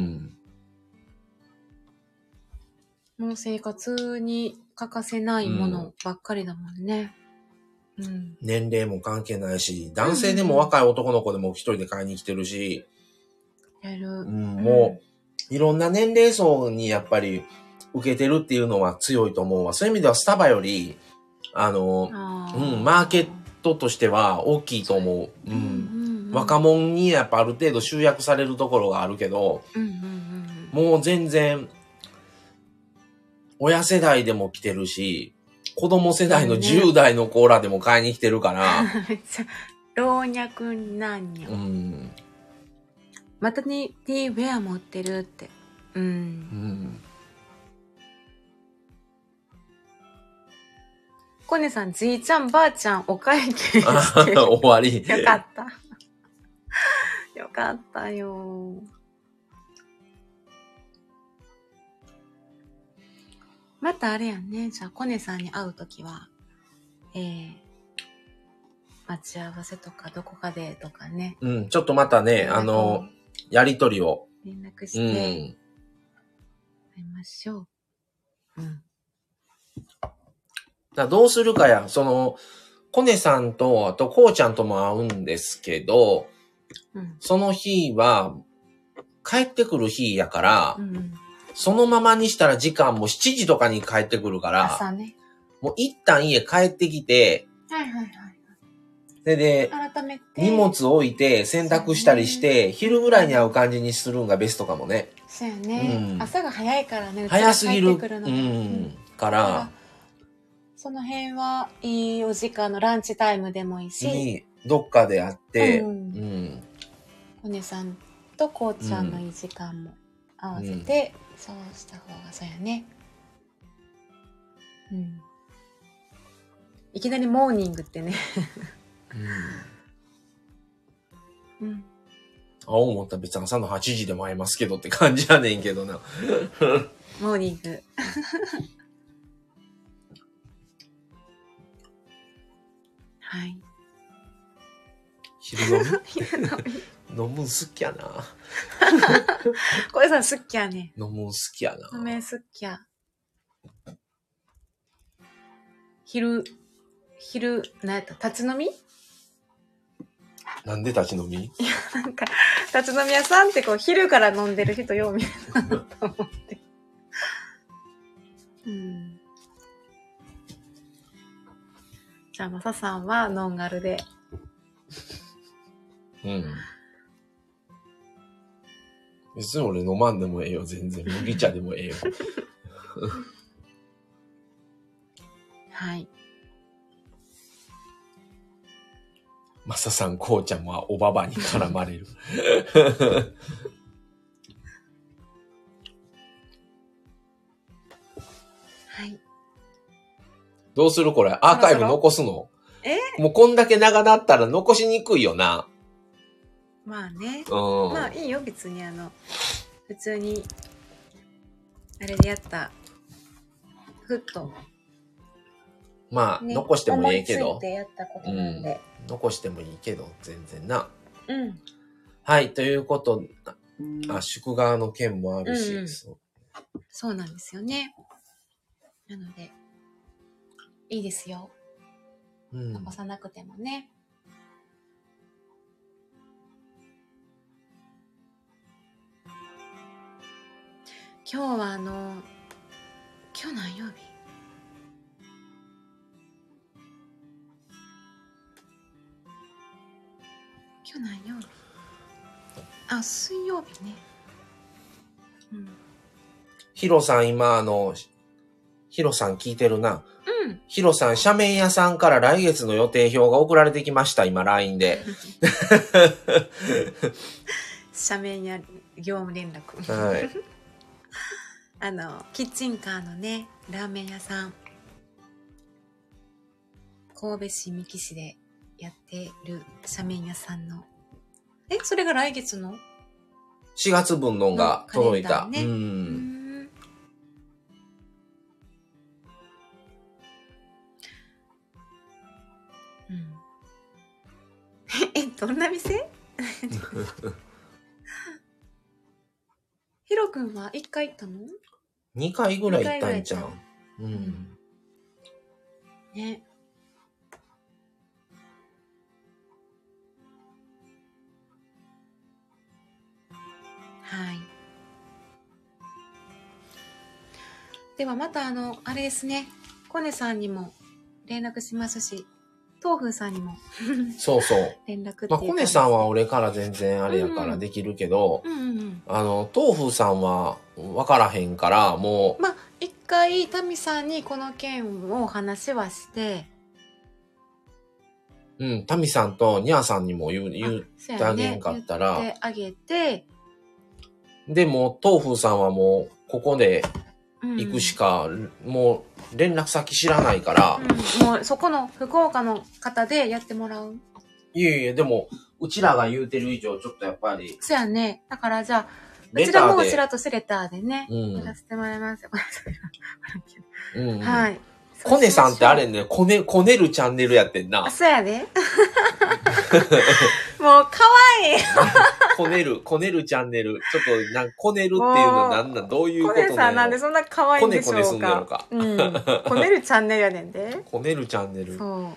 もう生活に欠かせないものばっかりだもんね。うん。 年齢も関係ないし、男性でも若い男の子でも一人で買いに来てるし、 やる。 うん、もう、いろんな年齢層にやっぱり受けてるっていうのは強いと思うわ。そういう意味ではスタバより、あの、 あうん、マーケットとしては大きいと思う。うん。うんうんうん、若者にやっぱある程度集約されるところがあるけど、うんうんうん、もう全然、親世代でも来てるし、子供世代のじゅう代の子らでも買いに来てるから。 めっちゃ老若男女。うん。またにティーウェア持ってるって。うん。うん。コネさん、じいちゃんばあちゃんお会計してる。 終わり。 よかった。よかったよ。またあれやんね。じゃあ、コネさんに会うときは、えー、待ち合わせとかどこかでとかね。 うん、ちょっとまたね、あの、やりとりを。 連絡して、うん、会いましょう。うん。 だどうするかや、その、コネさんと、あと、こうちゃんとも会うんですけど、うん、その日は、帰ってくる日やから、うんうん、そのままにしたら時間もしちじとかに帰ってくるから、 朝ね。 もう一旦家帰ってきて、 はいはいはい。 それで、改めて荷物置いて洗濯したりして、ね、昼ぐらいに会う感じにするんがベストかもね。 そうやね。うん、朝が早いからね。 早すぎる。 うちが帰ってくるのが、 うん。から、 その辺はいいお時間のランチタイムでもいいし。 に、どっかで会って、 うん。うん。お姉さんとこうちゃんのいい時間も合わせて、うん、そうした方がそうやね。うん。いきなりモーニングってね。うん。うん。 あ、思ったら別に朝のはちじでも会えますけどって感じやねんけどな。 モーニング。はい。 昼飲み飲むん好きやな。 これさん好きやね。 飲むん好きやな。 飲め好きや。昼、 昼、なんやった、立ち飲みなんで立ち飲み？ なんか、立ち飲み屋さんってこう、昼から飲んでる人よう見るなと思って。うん。じゃあ、マサさんはノンアルで。 うん。別に俺飲まんでもええよ、全然。麦茶でもええよ。 はい。 マサさん、こうちゃんはおばばに絡まれる。 はい。 どうするこれアーカイブ残すの？ そろそろえもうこんだけ長なったら残しにくいよな。 まあね。 うん。 まあいいよ、別にあの、普通に、あれでやった、ふっと。 まあ、 ね、 残してもいいけど。 思いついてやったことなんで。 うん、残してもいいけど、全然な。 うん。 はい、ということ、あ、宿側の件もあるし、 うんうん、 そう。 そうなんですよね。なので、いいですよ。うん、残さなくてもね。今日はあの、今日何曜日？今日何曜日？あ、水曜日ね。うん。 ヒロさん今あの、ヒロさん聞いてるな。 うん。 ヒロさん、斜面屋さんから来月の予定表が送られてきました、今 ライン で。 斜面屋業務連絡。 はい。 あの、キッチンカーのね、ラーメン屋さん。神戸市三木市でやってる斜面屋さんの。え、それが来月のしがつぶんのが届いた。 ね、 うん。 うんうん、え、どんな店？ヒロ君はいっかい行ったの？ にかいぐらい行ったんじゃん。うん。 ね。はい。ではまたあの、あれですね。コネさんにも連絡しますし、豆腐さんにもそうそう。 連絡っていうまあ、コネさんは俺から全然あれやからできるけど、 うんうんうんうん、 あの、豆腐さんは分からへんから、もう。 まあ、一回、タミさんにこの件を話はして、 うん、タミさんとニャーさんにも言う、言ってあげんかったら。 言ってあげて、 でも、豆腐さんはもう、ここで行くしか、うん、もう、連絡先知らないから、 うん。もう、そこの福岡の方でやってもらう。 いえいえ、でも、うちらが言うてる以上、ちょっとやっぱり。 そうやね。だからじゃあ、うちらもうちらとしてレターでね、うん、やらせてもらいますよ。 うんうん、 はい。 コネさんってあれね、コネ、コネるチャンネルやってんな。 そうやで。もう、かわいい。 コネる、コネるチャンネル。ちょっと、なんコネるっていうのはなんなん、どういうことなの？ コネさんなんでそんな可愛いんでしょうか。コネコネすんのか。うん。コネるチャンネルやねんで。 コネるチャンネル。 そう。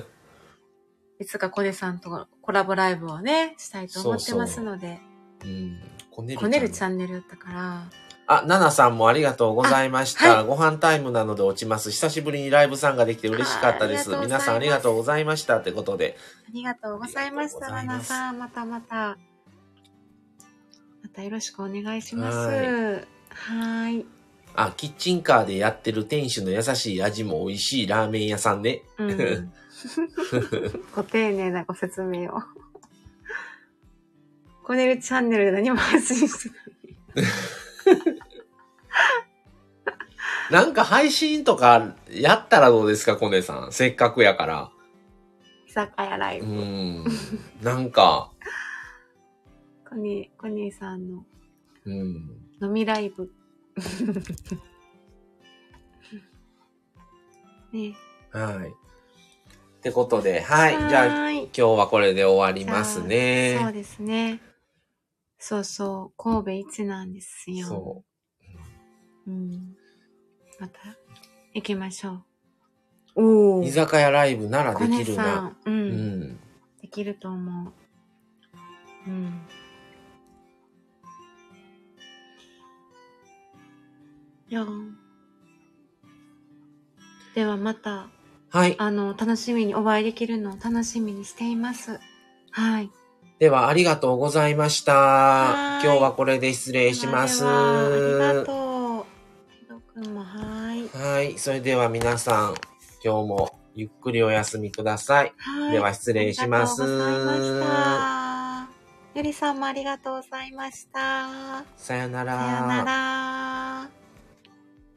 いつかコネさんとコラボライブをね、したいと思ってますので。 そうそう、うん。コネるチャンネル。 コネるチャンネルだったから。 あ、ナナさんもありがとうございました。はい、ご飯タイムなので落ちます。久しぶりにライブ参加できて嬉しかったです。皆さんありがとうございましたってことで。 ありがとうございました、ナナさん。またまた。またよろしくお願いします。はい。 あ、キッチンカーでやってる店主の優しい味も美味しいラーメン屋さんね。うん、 ご丁寧なご説明を。コネルチャンネルで何も発信してない。 なんか配信とかやったらどうですか、コネさん。せっかくやから。 居酒屋ライブ。 うん。なんか。 コニー、コニーさんの。 うん。 飲みライブ。ね。 はい。ってことで、はい。はい、じゃあ、今日はこれで終わりますね。 そうですね。そうそう。神戸一なんですよ。そう。うん。また行きましょう。 おー。 居酒屋ライブならできるコネさな。 ん。う。 うんん。 できると思う。うん。いやーではまた、 はい。 あの、楽しみにお会いできるのを楽しみにしています。はい。 では、ありがとうございました。 はーい今日はこれで失礼します。 ではではありがとう。ひどくんもはーい。 はい。それでは皆さん、今日もゆっくりお休みください。 はい。 では失礼します。 ありがとうございました。ゆりさんもありがとうございました。 さよなら。 さよなら。